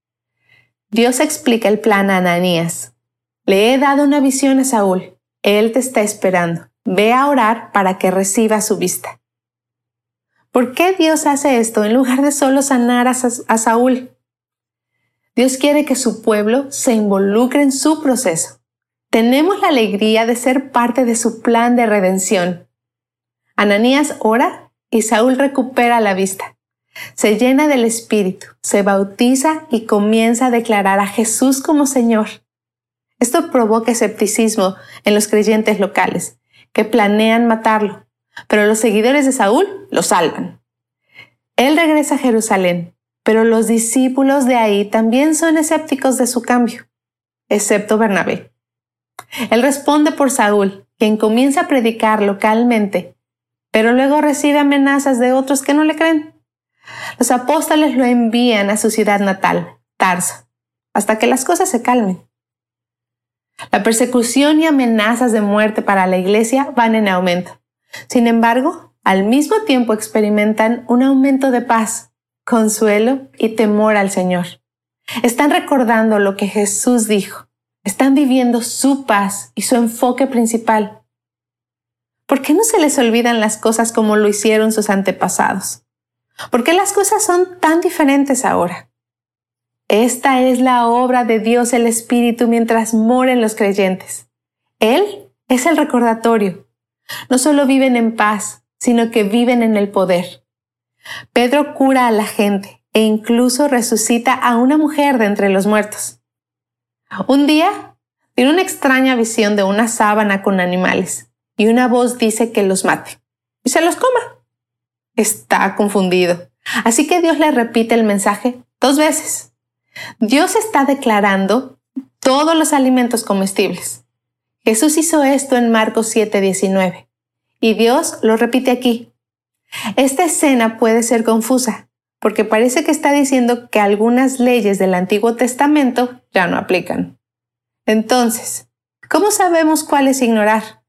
Dios explica el plan a Ananías. Le he dado una visión a Saúl. Él te está esperando. Ve a orar para que reciba su vista. ¿Por qué Dios hace esto en lugar de solo sanar a Saúl? Dios quiere que su pueblo se involucre en su proceso. Tenemos la alegría de ser parte de su plan de redención. Ananías ora y Saúl recupera la vista. Se llena del Espíritu, se bautiza y comienza a declarar a Jesús como Señor. Esto provoca escepticismo en los creyentes locales, que planean matarlo, pero los seguidores de Saúl lo salvan. Él regresa a Jerusalén, pero los discípulos de ahí también son escépticos de su cambio, excepto Bernabé. Él responde por Saúl, quien comienza a predicar localmente, pero luego recibe amenazas de otros que no le creen. Los apóstoles lo envían a su ciudad natal, Tarso, hasta que las cosas se calmen. La persecución y amenazas de muerte para la iglesia van en aumento. Sin embargo, al mismo tiempo experimentan un aumento de paz, consuelo y temor al Señor. Están recordando lo que Jesús dijo. Están viviendo su paz y su enfoque principal. ¿Por qué no se les olvidan las cosas como lo hicieron sus antepasados? ¿Por qué las cosas son tan diferentes ahora? Esta es la obra de Dios el Espíritu mientras moren los creyentes. Él es el recordatorio. No solo viven en paz, sino que viven en el poder. Pedro cura a la gente e incluso resucita a una mujer de entre los muertos. Un día, tiene una extraña visión de una sábana con animales y una voz dice que los mate y se los coma. Está confundido, así que Dios le repite el mensaje 2 veces. Dios está declarando todos los alimentos comestibles. Jesús hizo esto en Marcos 7:19 y Dios lo repite aquí. Esta escena puede ser confusa porque parece que está diciendo que algunas leyes del Antiguo Testamento ya no aplican. Entonces, ¿cómo sabemos cuáles ignorar?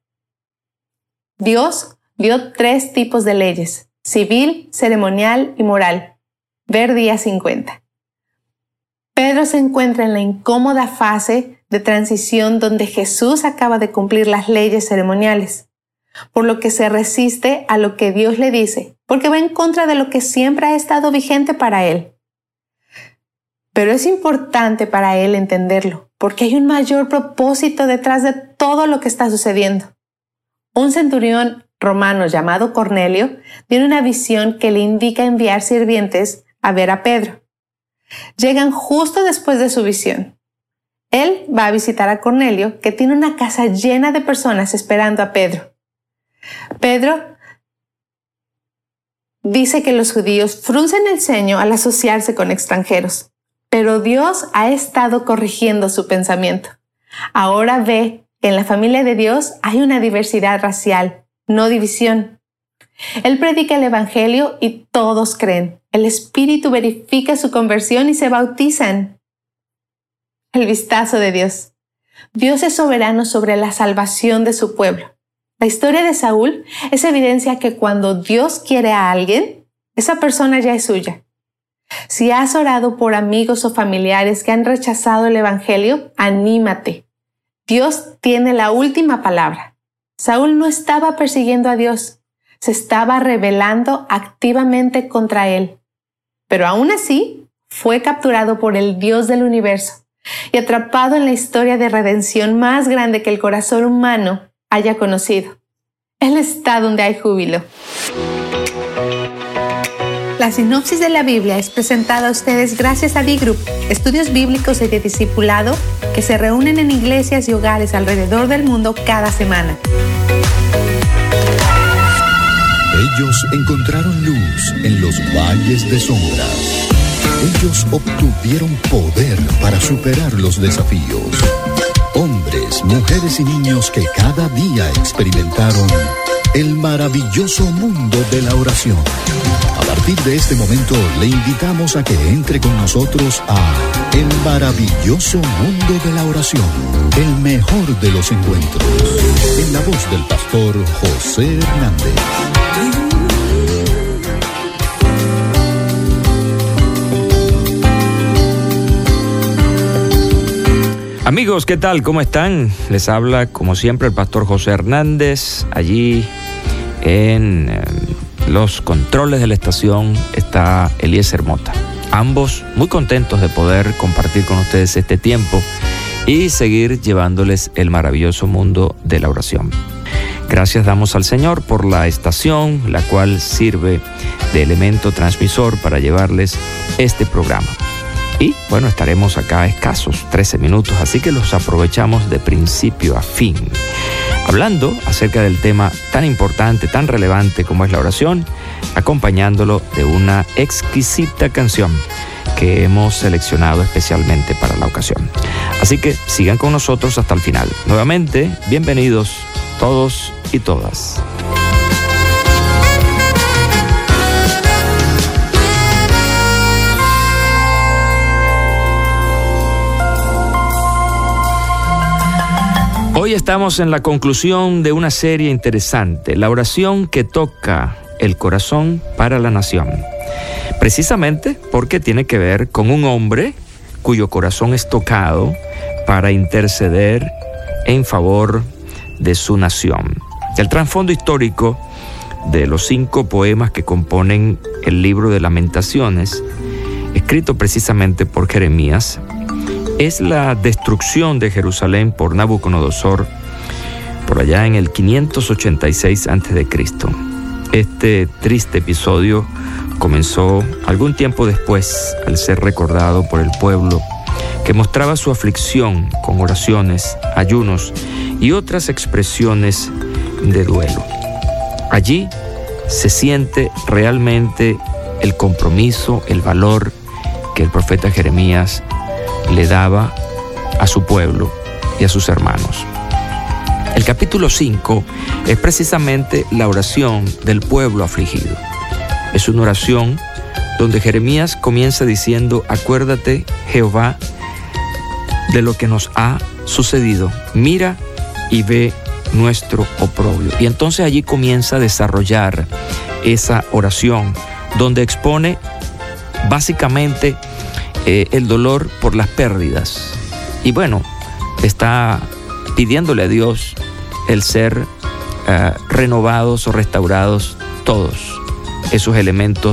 Dios dio 3 tipos de leyes: civil, ceremonial y moral. Ver día 50. Pedro se encuentra en la incómoda fase de transición donde Jesús acaba de cumplir las leyes ceremoniales, por lo que se resiste a lo que Dios le dice, porque va en contra de lo que siempre ha estado vigente para él. Pero es importante para él entenderlo, porque hay un mayor propósito detrás de todo lo que está sucediendo. Un centurión romano llamado Cornelio tiene una visión que le indica enviar sirvientes a ver a Pedro. Llegan justo después de su visión. Él va a visitar a Cornelio, que tiene una casa llena de personas esperando a Pedro. Pedro dice que los judíos fruncen el ceño al asociarse con extranjeros, pero Dios ha estado corrigiendo su pensamiento. Ahora ve que en la familia de Dios hay una diversidad racial, no división. Él predica el Evangelio y todos creen. El Espíritu verifica su conversión y se bautizan. El vistazo de Dios. Dios es soberano sobre la salvación de su pueblo. La historia de Saúl es evidencia que cuando Dios quiere a alguien, esa persona ya es suya. Si has orado por amigos o familiares que han rechazado el Evangelio, anímate. Dios tiene la última palabra. Saúl no estaba persiguiendo a Dios, se estaba rebelando activamente contra él. Pero aún así, fue capturado por el Dios del universo y atrapado en la historia de redención más grande que el corazón humano haya conocido. Él está donde hay júbilo. La sinopsis de la Biblia es presentada a ustedes gracias a D-Group, estudios bíblicos y de discipulado que se reúnen en iglesias y hogares alrededor del mundo cada semana. Ellos encontraron luz en los valles de sombras. Ellos obtuvieron poder para superar los desafíos. Hombres, mujeres y niños que cada día experimentaron el maravilloso mundo de la oración. A partir de este momento, le invitamos a que entre con nosotros a el maravilloso mundo de la oración, el mejor de los encuentros, en la voz del pastor José Hernández. Amigos, ¿qué tal? ¿Cómo están? Les habla, como siempre, el pastor José Hernández. Allí en los controles de la estación está Eliezer Mota. Ambos muy contentos de poder compartir con ustedes este tiempo y seguir llevándoles el maravilloso mundo de la oración. Gracias damos al Señor por la estación, la cual sirve de elemento transmisor para llevarles este programa. Y bueno, estaremos acá escasos 13 minutos, así que los aprovechamos de principio a fin. Hablando acerca del tema tan importante, tan relevante como es la oración, acompañándolo de una exquisita canción que hemos seleccionado especialmente para la ocasión. Así que sigan con nosotros hasta el final. Nuevamente, bienvenidos todos y todas. Hoy estamos en la conclusión de una serie interesante, la oración que toca el corazón para la nación. Precisamente porque tiene que ver con un hombre cuyo corazón es tocado para interceder en favor de su nación. El trasfondo histórico de los 5 poemas que componen el libro de Lamentaciones, escrito precisamente por Jeremías, es la destrucción de Jerusalén por Nabucodonosor por allá en el 586 a.C. Este triste episodio comenzó algún tiempo después al ser recordado por el pueblo que mostraba su aflicción con oraciones, ayunos y otras expresiones de duelo. Allí se siente realmente el compromiso, el valor que el profeta Jeremías le daba a su pueblo y a sus hermanos. El capítulo 5 es precisamente la oración del pueblo afligido. Es una oración donde Jeremías comienza diciendo: acuérdate, Jehová, de lo que nos ha sucedido. Mira y ve nuestro oprobio. Y entonces allí comienza a desarrollar esa oración donde expone básicamente el dolor por las pérdidas. Y bueno, está pidiéndole a Dios el ser renovados o restaurados todos esos elementos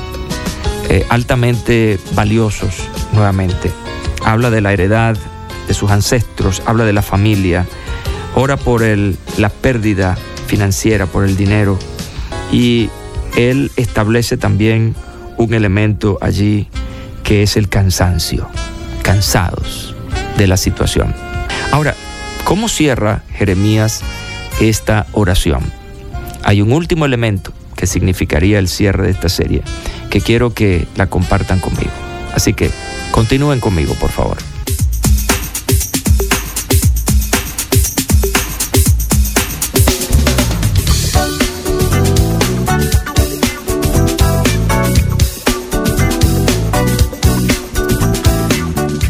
altamente valiosos nuevamente. Habla de la heredad de sus ancestros, habla de la familia, ora por la pérdida financiera, por el dinero, y él establece también un elemento allí que es el cansancio, cansados de la situación. Ahora, ¿cómo cierra Jeremías esta oración? Hay un último elemento que significaría el cierre de esta serie, que quiero que la compartan conmigo. Así que continúen conmigo, por favor.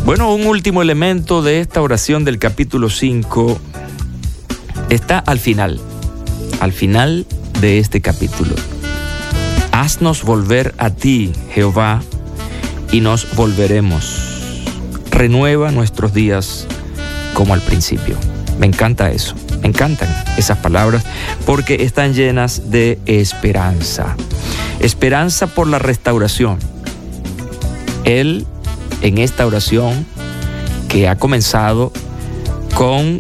Bueno, un último elemento de esta oración del capítulo 5 está al final de este capítulo. Haznos volver a ti, Jehová, y nos volveremos. Renueva nuestros días como al principio. Me encanta eso, me encantan esas palabras porque están llenas de esperanza. Esperanza por la restauración. Él, en esta oración que ha comenzado con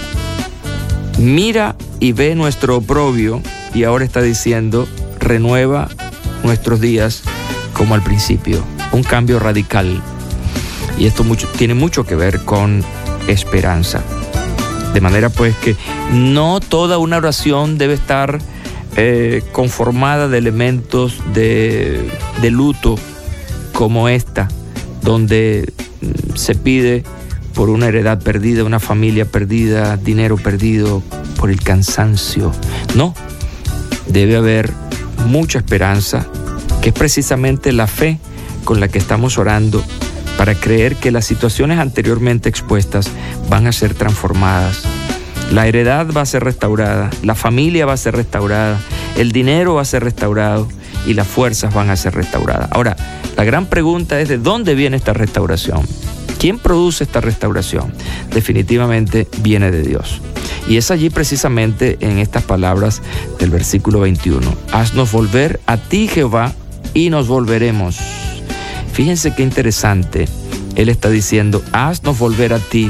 mira y ve nuestro oprobio, y ahora está diciendo renueva nuestros días como al principio. Un cambio radical. Y esto tiene mucho que ver con esperanza. De manera pues que no toda una oración debe estar conformada de elementos de luto como esta, donde se pide por una heredad perdida, una familia perdida, dinero perdido, por el cansancio. No, debe haber mucha esperanza, que es precisamente la fe con la que estamos orando para creer que las situaciones anteriormente expuestas van a ser transformadas. La heredad va a ser restaurada, la familia va a ser restaurada, el dinero va a ser restaurado y las fuerzas van a ser restauradas. Ahora, la gran pregunta es: ¿de dónde viene esta restauración? ¿Quién produce esta restauración? Definitivamente viene de Dios. Y es allí precisamente en estas palabras del versículo 21. Haznos volver a ti, Jehová, y nos volveremos. Fíjense qué interesante. Él está diciendo, haznos volver a ti.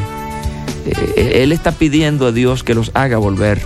Él está pidiendo a Dios que los haga volver.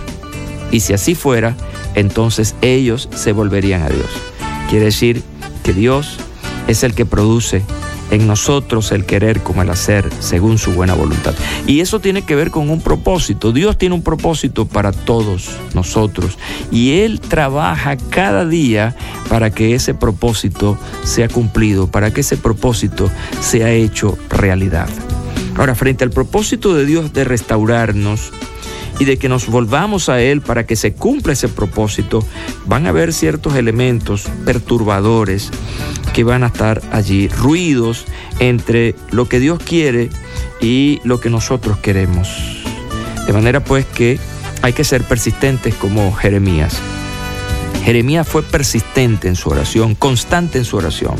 Y si así fuera, entonces ellos se volverían a Dios. Quiere decir que Dios es el que produce en nosotros el querer como el hacer según su buena voluntad. Y eso tiene que ver con un propósito. Dios tiene un propósito para todos nosotros y Él trabaja cada día para que ese propósito sea cumplido, para que ese propósito sea hecho realidad. Ahora, frente al propósito de Dios de restaurarnos y de que nos volvamos a Él para que se cumpla ese propósito, van a haber ciertos elementos perturbadores que van a estar allí, ruidos entre lo que Dios quiere y lo que nosotros queremos. De manera pues que hay que ser persistentes como Jeremías. Jeremías fue persistente en su oración, constante en su oración.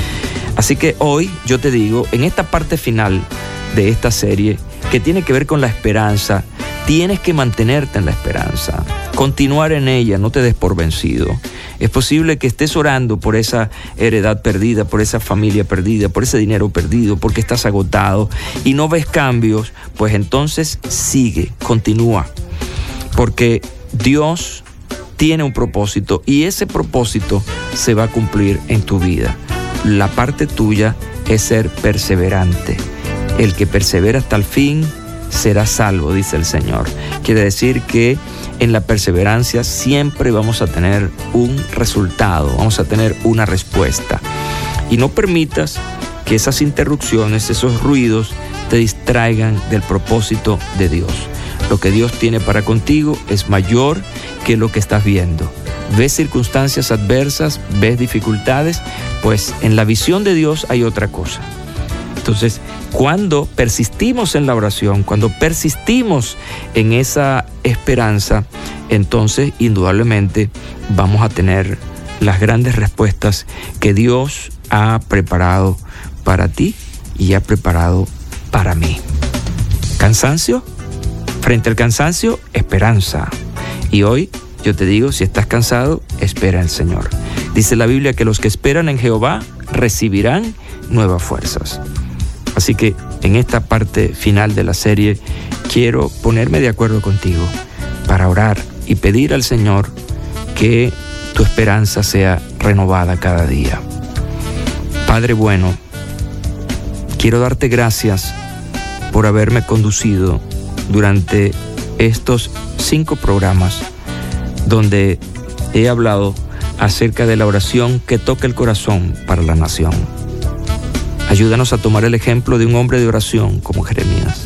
Así que hoy yo te digo, en esta parte final de esta serie, que tiene que ver con la esperanza, tienes que mantenerte en la esperanza, continuar en ella, no te des por vencido. Es posible que estés orando por esa heredad perdida, por esa familia perdida, por ese dinero perdido, porque estás agotado y no ves cambios, pues entonces sigue, continúa, porque Dios tiene un propósito y ese propósito se va a cumplir en tu vida. La parte tuya es ser perseverante. El que persevera hasta el fin será salvo, dice el Señor. Quiere decir que en la perseverancia siempre vamos a tener un resultado, vamos a tener una respuesta. Y no permitas que esas interrupciones, esos ruidos, te distraigan del propósito de Dios. Lo que Dios tiene para contigo es mayor que lo que estás viendo. ¿Ves circunstancias adversas? ¿Ves dificultades? Pues en la visión de Dios hay otra cosa. Entonces, cuando persistimos en la oración, cuando persistimos en esa esperanza, entonces indudablemente vamos a tener las grandes respuestas que Dios ha preparado para ti y ha preparado para mí. ¿Cansancio? Frente al cansancio, esperanza. Y hoy yo te digo, si estás cansado, espera en el Señor. Dice la Biblia que los que esperan en Jehová recibirán nuevas fuerzas. Así que en esta parte final de la serie quiero ponerme de acuerdo contigo para orar y pedir al Señor que tu esperanza sea renovada cada día. Padre bueno, quiero darte gracias por haberme conducido durante estos 5 programas donde he hablado acerca de la oración que toca el corazón para la nación. Ayúdanos a tomar el ejemplo de un hombre de oración como Jeremías,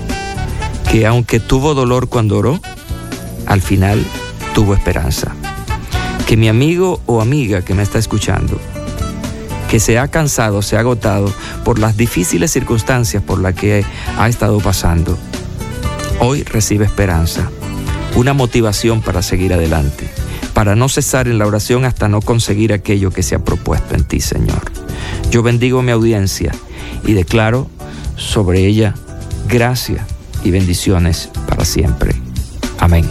que aunque tuvo dolor cuando oró, al final tuvo esperanza. Que mi amigo o amiga que me está escuchando, que se ha cansado, se ha agotado por las difíciles circunstancias por las que ha estado pasando, hoy recibe esperanza, una motivación para seguir adelante, para no cesar en la oración hasta no conseguir aquello que se ha propuesto en ti, Señor. Yo bendigo mi audiencia y declaro sobre ella gracia y bendiciones para siempre. Amén.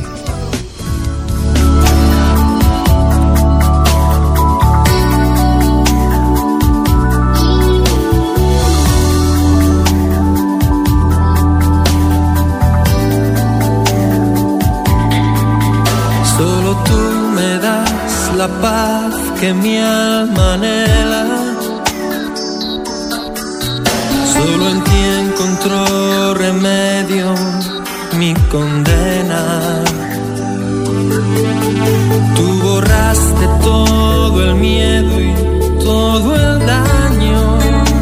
Solo tú me das la paz que mi alma anhela. Solo en ti encontró remedio mi condena. Tú borraste todo el miedo y todo el daño,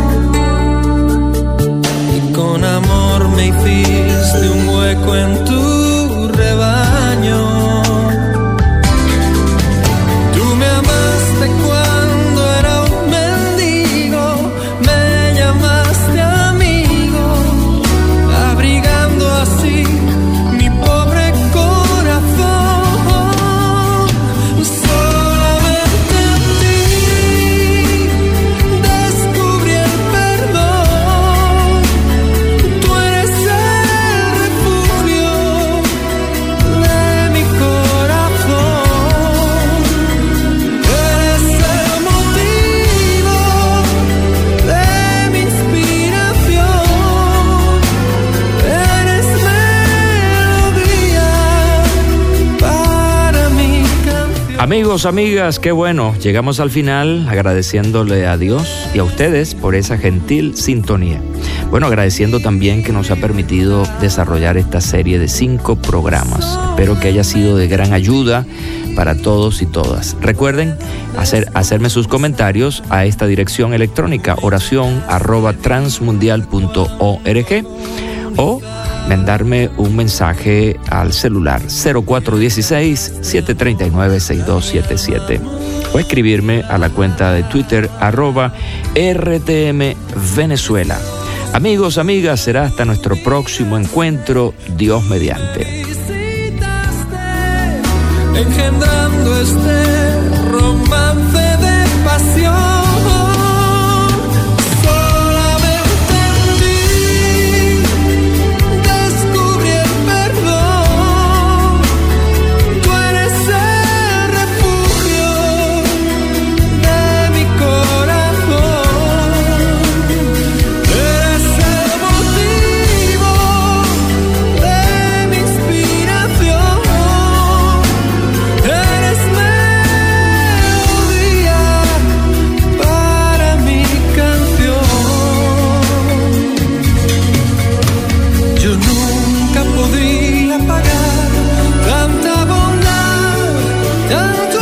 y con amor me hiciste un hueco en tu rebaño. Tú me amaste cuando era un mendigo, me llamaste amigo, abrigando así mi pobre corazón. Solamente en ti descubrí el perdón. Tú eres el refugio de mi corazón. Eres el motivo de mi inspiración. Eres melodía para mi canción. Amigos, amigas, qué bueno, llegamos al final agradeciéndole a Dios y a ustedes por esa gentil sintonía. Bueno, agradeciendo también que nos ha permitido desarrollar esta serie de 5 programas. Espero que haya sido de gran ayuda para todos y todas. Recuerden hacerme sus comentarios a esta dirección electrónica oracion@transmundial.org o mandarme un mensaje al celular 0416-739-6277 o escribirme a la cuenta de Twitter @RTMVenezuela. Amigos, amigas, será hasta nuestro próximo encuentro, Dios mediante. Engendrando este romance de pasión. Solamente en ti descubrí el perdón. Tú eres el refugio de mi corazón. Eres el motivo de mi inspiración. Eres melodía para mi canción. Yo nunca podría pagar tanta bondad, tanto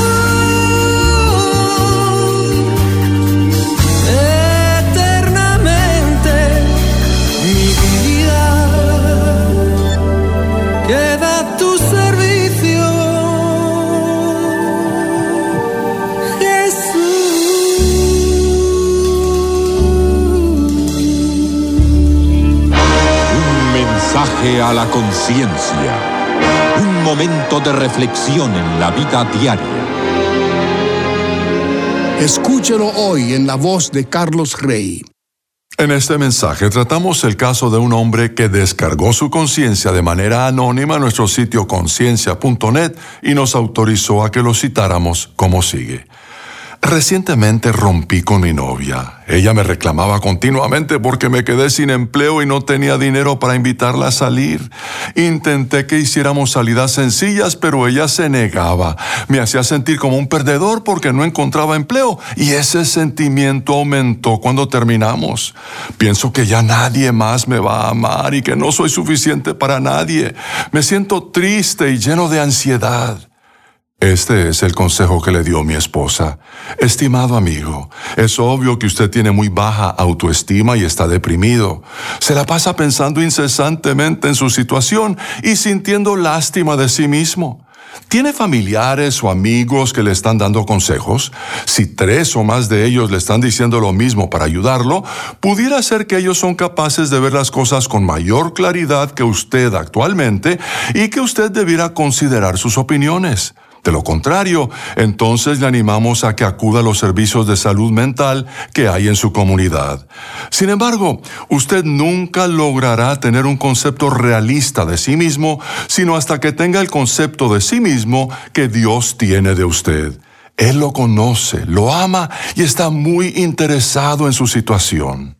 amor. Eternamente mi vida queda a tu servicio, Un mensaje a la conciencia. Un momento de reflexión en la vida diaria. Escúchelo hoy en la voz de Carlos Rey. En este mensaje tratamos el caso de un hombre que descargó su conciencia de manera anónima en nuestro sitio conciencia.net y nos autorizó a que lo citáramos como sigue. Recientemente rompí con mi novia. Ella me reclamaba continuamente porque me quedé sin empleo y no tenía dinero para invitarla a salir. Intenté que hiciéramos salidas sencillas, pero ella se negaba. Me hacía sentir como un perdedor porque no encontraba empleo y ese sentimiento aumentó cuando terminamos. Pienso que ya nadie más me va a amar y que no soy suficiente para nadie. Me siento triste y lleno de ansiedad. Este es el consejo que le dio mi esposa. Estimado amigo, es obvio que usted tiene muy baja autoestima y está deprimido. Se la pasa pensando incesantemente en su situación y sintiendo lástima de sí mismo. ¿Tiene familiares o amigos que le están dando consejos? Si 3 o más de ellos le están diciendo lo mismo para ayudarlo, pudiera ser que ellos son capaces de ver las cosas con mayor claridad que usted actualmente y que usted debiera considerar sus opiniones. De lo contrario, entonces le animamos a que acuda a los servicios de salud mental que hay en su comunidad. Sin embargo, usted nunca logrará tener un concepto realista de sí mismo, sino hasta que tenga el concepto de sí mismo que Dios tiene de usted. Él lo conoce, lo ama y está muy interesado en su situación.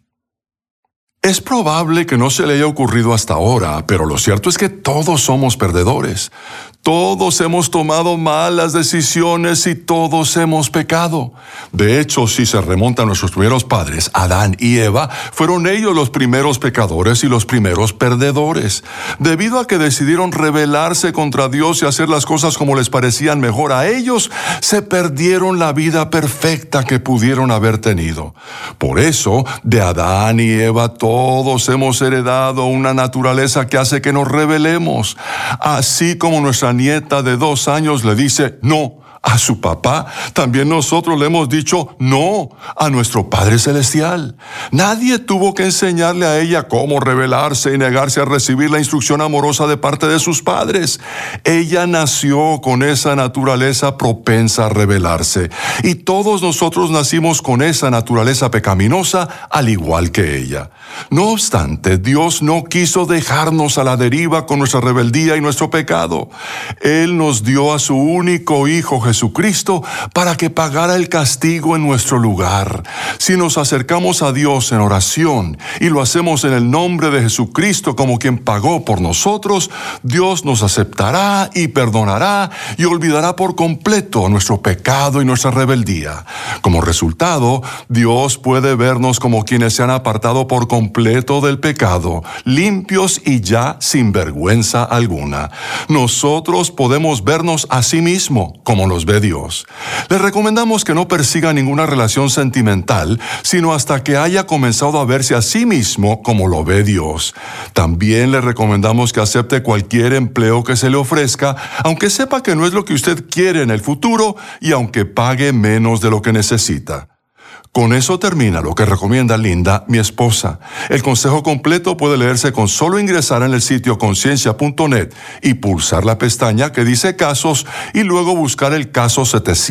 Es probable que no se le haya ocurrido hasta ahora, pero lo cierto es que todos somos perdedores. Todos hemos tomado malas decisiones y todos hemos pecado. De hecho, si se remontan a nuestros primeros padres, Adán y Eva, fueron ellos los primeros pecadores y los primeros perdedores. Debido a que decidieron rebelarse contra Dios y hacer las cosas como les parecían mejor a ellos, se perdieron la vida perfecta que pudieron haber tenido. Por eso, de Adán y Eva todos hemos heredado una naturaleza que hace que nos rebelemos. Así como nuestra nieta de 2 años le dice no a su papá, también nosotros le hemos dicho no a nuestro Padre Celestial. Nadie tuvo que enseñarle a ella cómo rebelarse y negarse a recibir la instrucción amorosa de parte de sus padres. Ella nació con esa naturaleza propensa a rebelarse, y todos nosotros nacimos con esa naturaleza pecaminosa al igual que ella. No obstante, Dios no quiso dejarnos a la deriva con nuestra rebeldía y nuestro pecado. Él nos dio a su único Hijo Jesucristo para que pagara el castigo en nuestro lugar. Si nos acercamos a Dios en oración y lo hacemos en el nombre de Jesucristo como quien pagó por nosotros, Dios nos aceptará y perdonará y olvidará por completo nuestro pecado y nuestra rebeldía. Como resultado, Dios puede vernos como quienes se han apartado por completo del pecado, limpios y ya sin vergüenza alguna. Nosotros podemos vernos a sí mismo como nos ve Dios. Le recomendamos que no persiga ninguna relación sentimental, sino hasta que haya comenzado a verse a sí mismo como lo ve Dios. También le recomendamos que acepte cualquier empleo que se le ofrezca, aunque sepa que no es lo que usted quiere en el futuro y aunque pague menos de lo que necesita. Con eso termina lo que recomienda Linda, mi esposa. El consejo completo puede leerse con solo ingresar en el sitio conciencia.net y pulsar la pestaña que dice casos y luego buscar el caso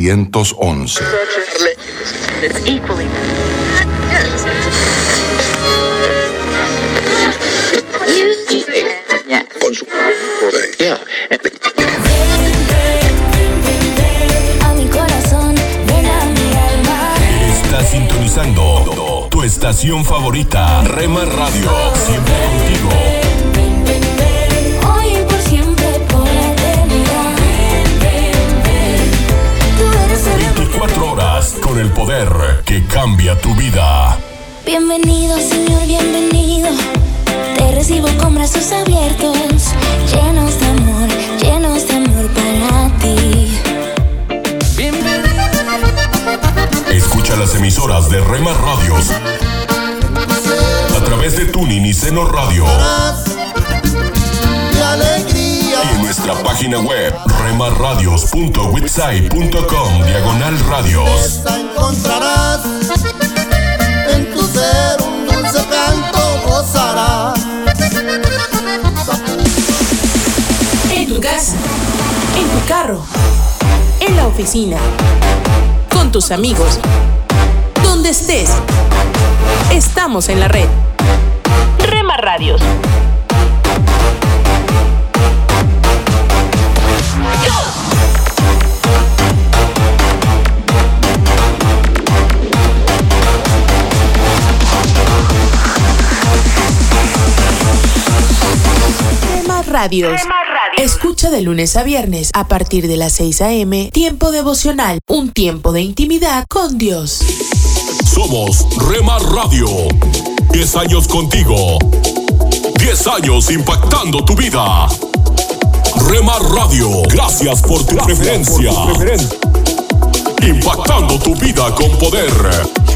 711. Sintonizando tu estación favorita, Rema Radio, siempre contigo. Hoy y por siempre, por la eternidad. 24 horas con el poder que cambia tu vida. Bienvenido, Señor, bienvenido. Te recibo con brazos abiertos, llenos de amor para ti. Bienvenido. Escucha las emisoras de Rema Radios a través de Tuning y Seno Radio. Y en nuestra página web remarradios.witsai.com/radios. Encontrarás en tu ser un dulce canto, gozarás. En tu casa, en tu carro, en la oficina, con tus amigos, donde estés. Estamos en la red. Rema Radios. Rema Radios. Escucha de lunes a viernes a partir de las 6 a.m. Tiempo devocional, un tiempo de intimidad con Dios. Somos Rema Radio. 10 años contigo. 10 años impactando tu vida. Rema Radio, gracias por tu preferencia. Impactando tu vida con poder.